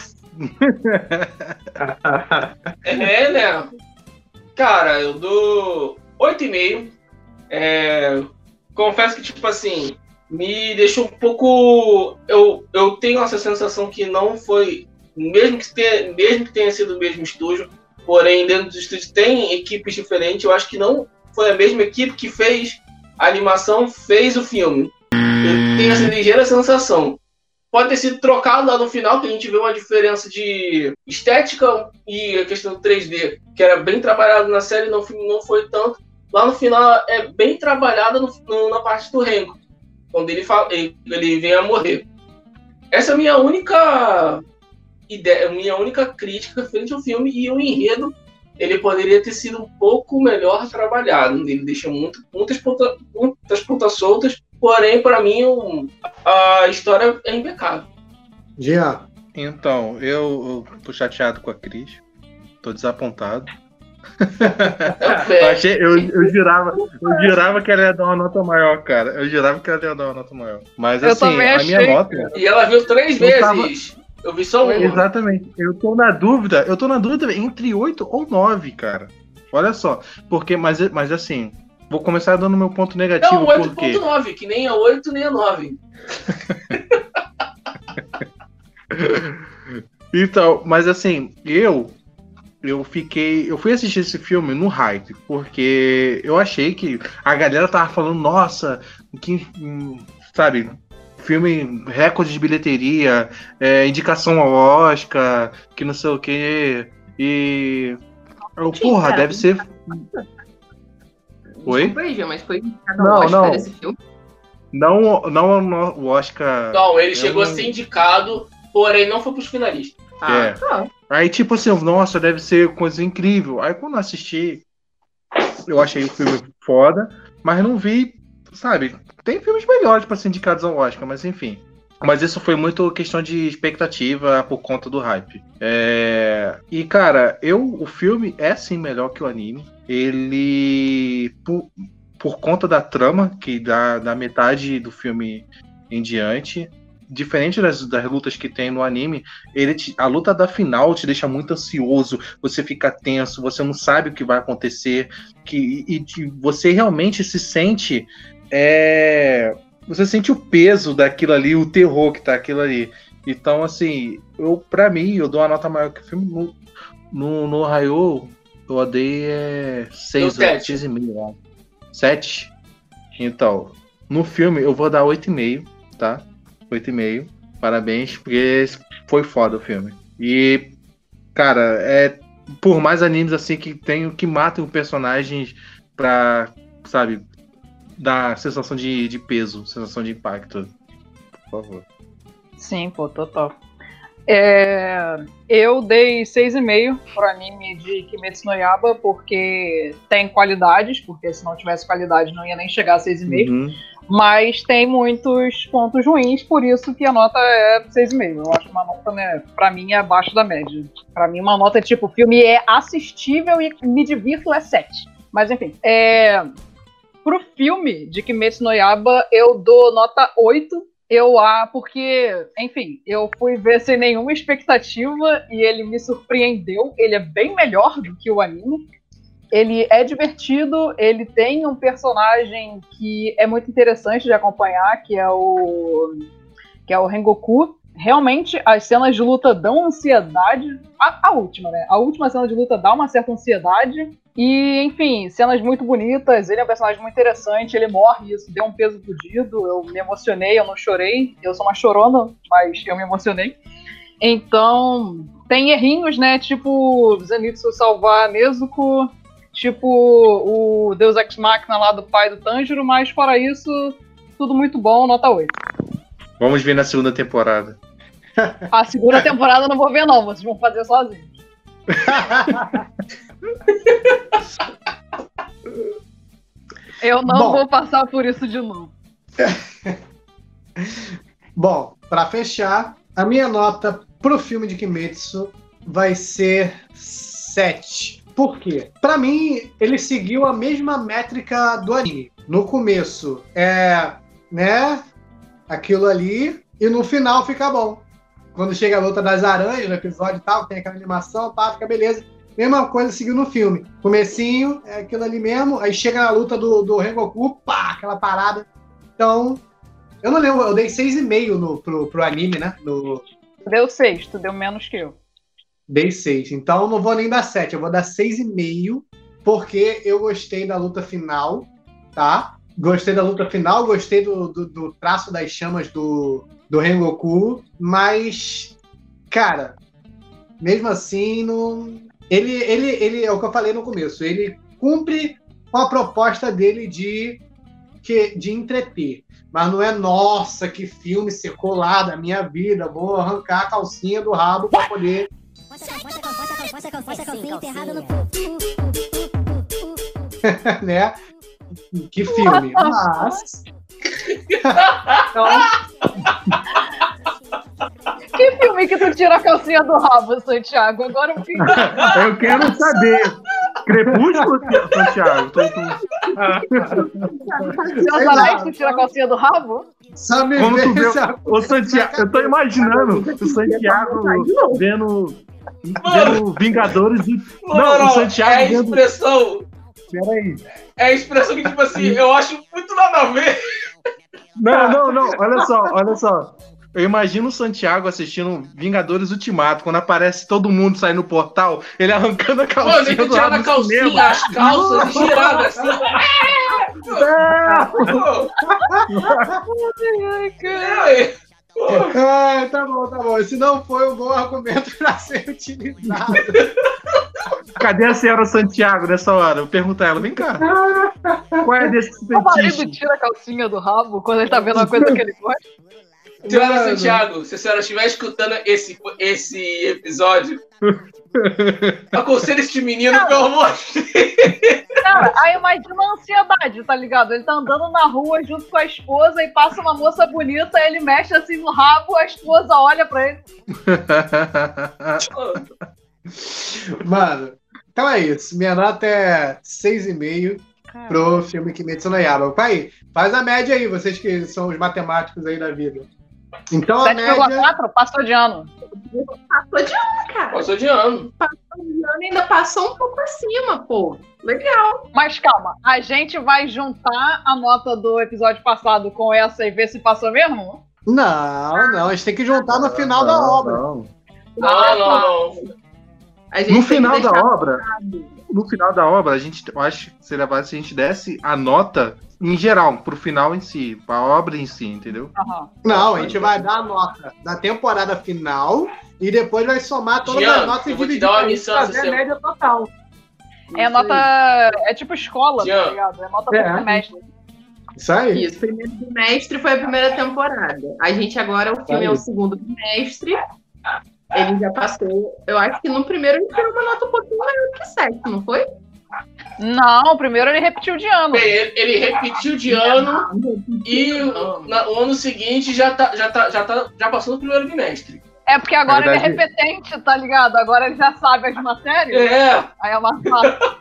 Né? Cara, eu dou 8,5. Confesso que, tipo assim, me deixou um pouco... Eu tenho essa sensação que não foi... Mesmo que tenha sido o mesmo estúdio, porém, dentro do estúdio tem equipes diferentes. Eu acho que não foi a mesma equipe que fez a animação, fez o filme. Eu tenho essa ligeira sensação. Pode ter sido trocado lá no final, que a gente vê uma diferença de estética e a questão do 3D, que era bem trabalhado na série, no filme não foi tanto. Lá no final é bem trabalhado na parte do Rengo, quando ele vem a morrer. Essa é a minha única ideia, minha única crítica frente ao filme, e o enredo, ele poderia ter sido um pouco melhor trabalhado. Ele deixa muitas pontas soltas, porém, para mim, a história é impecável. Jean. Então, eu tô chateado com a Cris. Tô desapontado. Eu jurava que ela ia dar uma nota maior, cara. Eu jurava que ela ia dar uma nota maior. Mas Eu assim, também a achei, minha nota. E ela viu 3 vezes. Eu vi só uma. Exatamente. Eu tô na dúvida entre 8 ou 9, cara. Olha só. Porque, mas assim, vou começar dando meu ponto negativo. Não, 8.9, que nem a 8 nem a 9. Então, mas assim, eu fui assistir esse filme no hype, porque eu achei que a galera tava falando, nossa, que, sabe, filme recorde de bilheteria, indicação ao Oscar, que não sei o que, e porra, deve ser... Oi? Desculpa aí, mas foi indicado ao Oscar esse filme? Não o Oscar... Não, ele chegou a ser indicado, porém não foi pros finalistas. Aí, tipo assim, nossa, deve ser coisa incrível. Aí, quando eu assisti, eu achei o filme foda, mas não vi, sabe? Tem filmes melhores pra ser indicados ao Oscar, mas enfim. Mas isso foi muito questão de expectativa por conta do hype. E, cara, o filme é sim melhor que o anime. Ele, por conta da trama, que da metade do filme em diante, diferente das lutas que tem no anime, a luta da final te deixa muito ansioso, você fica tenso, você não sabe o que vai acontecer, e você realmente se sente... você sente o peso daquilo ali, o terror que tá aquilo ali. Então, assim, pra mim, eu dou uma nota maior que o filme. No Raio, eu dei 6,5. 7? Então, no filme eu vou dar 8,5, tá? 8,5. Parabéns, porque foi foda o filme. E, cara, por mais animes assim que matam personagens pra, sabe, dar sensação de peso, sensação de impacto. Por favor. Sim, pô, total. Eu dei 6,5 pro anime de Kimetsu no Yaiba, porque tem qualidades, porque se não tivesse qualidade não ia nem chegar a 6,5. Mas tem muitos pontos ruins, por isso que a nota é 6,5. Eu acho uma nota, né, pra mim, é abaixo da média. Pra mim, uma nota tipo, o filme é assistível e me divirto, é 7. Mas, enfim, pro filme de Kimetsu no Yaiba, eu dou nota 8. Porque, enfim, eu fui ver sem nenhuma expectativa e ele me surpreendeu. Ele é bem melhor do que o anime. Ele é divertido, ele tem um personagem que é muito interessante de acompanhar, que é o Rengoku. Realmente, as cenas de luta dão ansiedade. A última, né? A última cena de luta dá uma certa ansiedade. E, enfim, cenas muito bonitas. Ele é um personagem muito interessante. Ele morre, isso deu um peso fodido. Eu me emocionei, eu não chorei. Eu sou uma chorona, mas eu me emocionei. Então, tem errinhos, né? Tipo, Zenitsu salvar Nezuko. Tipo, o Deus Ex Machina lá do pai do Tanjiro. Mas, fora isso, tudo muito bom, nota 8. Vamos ver na segunda temporada. A segunda temporada eu não vou ver, não. Vocês vão fazer sozinhos. Eu não vou passar por isso de novo. Bom, pra fechar, a minha nota pro filme de Kimetsu vai ser 7. Por quê? Pra mim, ele seguiu a mesma métrica do anime. No começo, né, aquilo ali, e no final fica bom. Quando chega a luta das aranhas no episódio e tal, tem aquela animação, pá, fica beleza. Mesma coisa seguiu no filme. Comecinho, é aquilo ali mesmo, aí chega a luta do Rengoku, pá, aquela parada. Então, eu não lembro, eu dei 6,5 pro anime, né? Deu 6, tu deu menos que eu. Dei 6, então eu não vou nem dar 7, eu vou dar 6,5, porque eu gostei da luta final, tá? Gostei da luta final, gostei do traço das chamas do Rengoku, mas, cara, mesmo assim, não... ele é o que eu falei no começo, ele cumpre com a proposta dele de de entreter. Mas não é, nossa, que filme secou lá da minha vida, vou arrancar a calcinha do rabo pra poder... Bota a calcinha enterrada no cu. Né? Que filme. Mas... Que filme que tu tira a calcinha do rabo, Santiago? Agora eu fico... Eu quero saber. Crepúsculo, Santiago? Senhor Anéis, tu tira a calcinha do rabo? Sabe Como tu vê, ver... o Santiago, eu tô imaginando o Santiago vendo Vingadores e... Não, o Santiago é a vendo... expressão... Peraí. É a expressão que, tipo assim, eu acho muito nada a ver. Não, olha só. Eu imagino o Santiago assistindo Vingadores Ultimato, quando aparece todo mundo saindo no portal, ele arrancando a calcinha. Mano, ele tirando a calcinha, as calças giradas assim. Tá bom. Esse não foi um bom argumento pra ser utilizado. Cadê a senhora Santiago nessa hora? Eu pergunto a ela, vem cá. Qual é desse O marido fetiche? tira a calcinha do rabo quando ele tá vendo uma coisa que ele gosta? Senhora Santiago, se a senhora estiver escutando esse episódio, aconselhe este menino, pelo amor de Deus. Cara, aí imagina a ansiedade, tá ligado? Ele tá andando na rua junto com a esposa e passa uma moça bonita, ele mexe assim no rabo, a esposa olha pra ele. Mano, então é isso. Minha nota é 6,5 pro filme Kimetsu no Yaiba. Pai, faz a média aí, vocês que são os matemáticos aí da vida. Então a média... 7,4, passou de ano. Passou de ano, cara. Passou de ano. Passou de ano e ainda passou um pouco acima, pô. Legal. Mas calma, a gente vai juntar a nota do episódio passado com essa e ver se passou mesmo? Não, a gente tem que juntar no final da obra. Não. No final da obra, eu acho que seria básico se a gente desse a nota em geral, pro final em si, pra obra em si, entendeu? Não, a gente vai dar a nota da temporada final e depois vai somar todas as notas e dividir pra fazer a média total. É nota. É tipo escola, tá ligado? É nota por semestre. Isso aí. Isso, primeiro bimestre foi a primeira temporada. A gente agora, o filme é o segundo bimestre. Ele já passou. Eu acho que no primeiro ele teve uma nota um pouquinho maior que 7, não foi? Não, primeiro ele repetiu de ano. Ele repetiu de ano e no ano seguinte já passou no primeiro bimestre. É porque agora ele é repetente, tá ligado? Agora ele já sabe as matérias. É. Aí é mais fácil.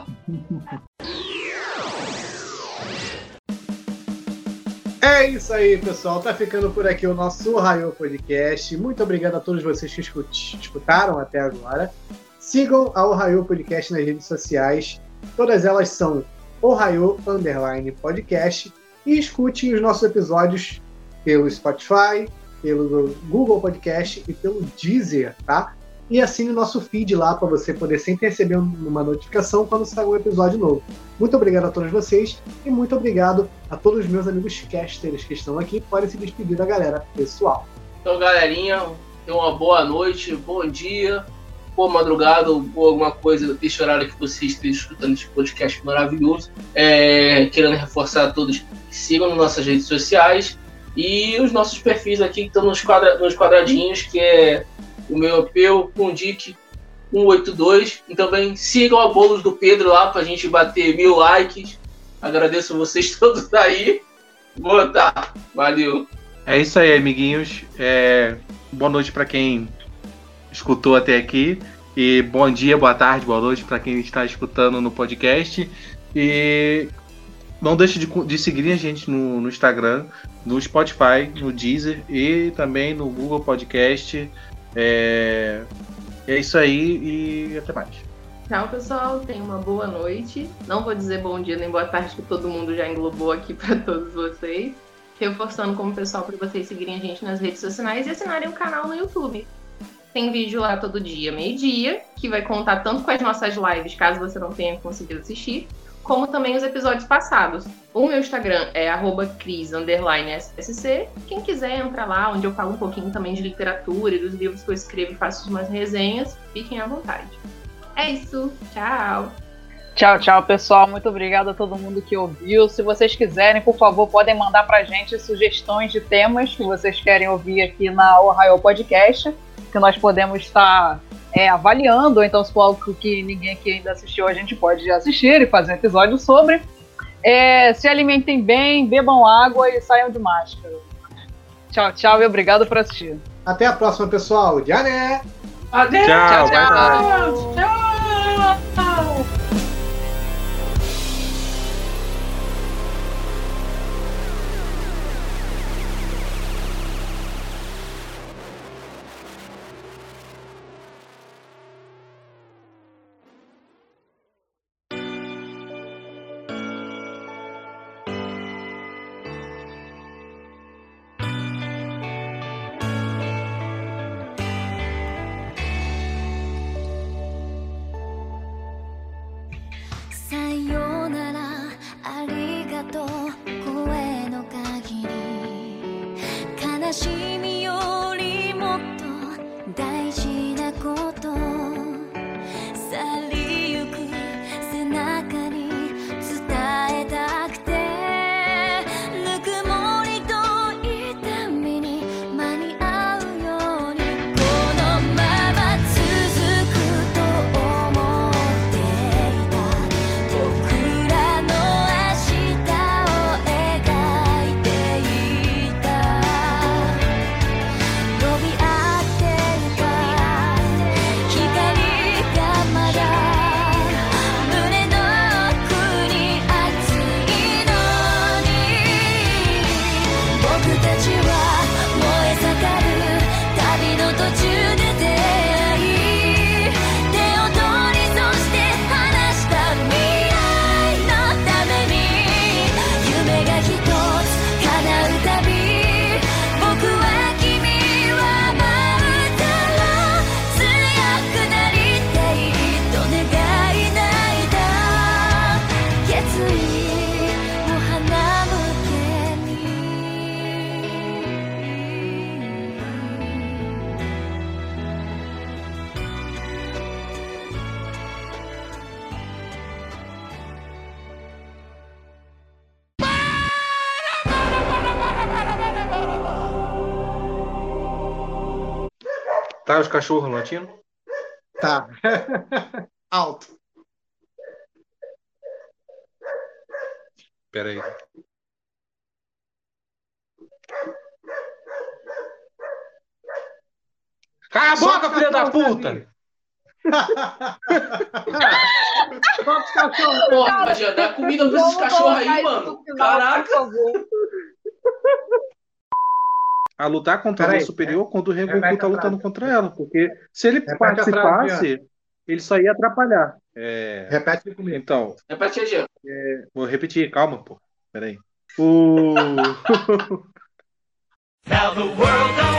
É isso aí, pessoal. Tá ficando por aqui o nosso Ohayou Podcast. Muito obrigado a todos vocês que escutaram até agora. Sigam a Ohayou Podcast nas redes sociais. Todas elas são Ohayou_Podcast. E escute os nossos episódios pelo Spotify, pelo Google Podcast e pelo Deezer, tá? E assine o nosso feed lá para você poder sempre receber uma notificação quando sair um episódio novo. Muito obrigado a todos vocês e muito obrigado a todos os meus amigos casters que estão aqui. Podem se despedir da galera pessoal. Então, galerinha, tenham uma boa noite, bom dia, boa madrugada ou alguma coisa desse horário que vocês estejam escutando esse podcast maravilhoso. Querendo reforçar a todos que sigam nas nossas redes sociais e os nossos perfis aqui que estão nos quadradinhos, que é o meu Peu Pundic 182. E também sigam a Bolos do Pedro lá pra gente bater 1000 likes. Agradeço vocês todos aí. Valeu. É isso aí, amiguinhos. Boa noite pra quem escutou até aqui. E bom dia, boa tarde, boa noite pra quem está escutando no podcast. E não deixe de seguir a gente no Instagram, no Spotify, no Deezer e também no Google Podcast. É isso aí e até mais. Tchau, pessoal. Tenham uma boa noite. Não vou dizer bom dia nem boa tarde, que todo mundo já englobou aqui para todos vocês. Reforçando como pessoal para vocês seguirem a gente nas redes sociais e assinarem o canal no YouTube. Tem vídeo lá todo dia, meio-dia, que vai contar tanto com as nossas lives, caso você não tenha conseguido assistir, como também os episódios passados. O meu Instagram é @cris_SSC. Quem quiser entra lá, onde eu falo um pouquinho também de literatura e dos livros que eu escrevo e faço umas resenhas, fiquem à vontade. É isso, tchau! Tchau, tchau, pessoal. Muito obrigado a todo mundo que ouviu. Se vocês quiserem, por favor, podem mandar pra gente sugestões de temas que vocês querem ouvir aqui na Ohio Podcast, que nós podemos estar avaliando, ou então se for algo que ninguém aqui ainda assistiu, a gente pode assistir e fazer um episódio sobre. Se alimentem bem, bebam água e saiam de máscara. Tchau, tchau e obrigado por assistir. Até a próxima, pessoal. Jané! Adeus! Tchau, bye, Tchau! Tchau! Tá, os cachorros latindo? Tá. Alto. Pera aí. Cala a boca, filha da puta! Porra, mas já dá comida pra esses cachorros aí, mano. Caraca! A lutar contra a luz superior quando o Rengoku tá lutando contra ela. Porque se ele Repete participasse, ele só ia atrapalhar. Repete comigo. Então, Repete aí, Jean. vou repetir, calma, pô. Pera aí. O... Now the world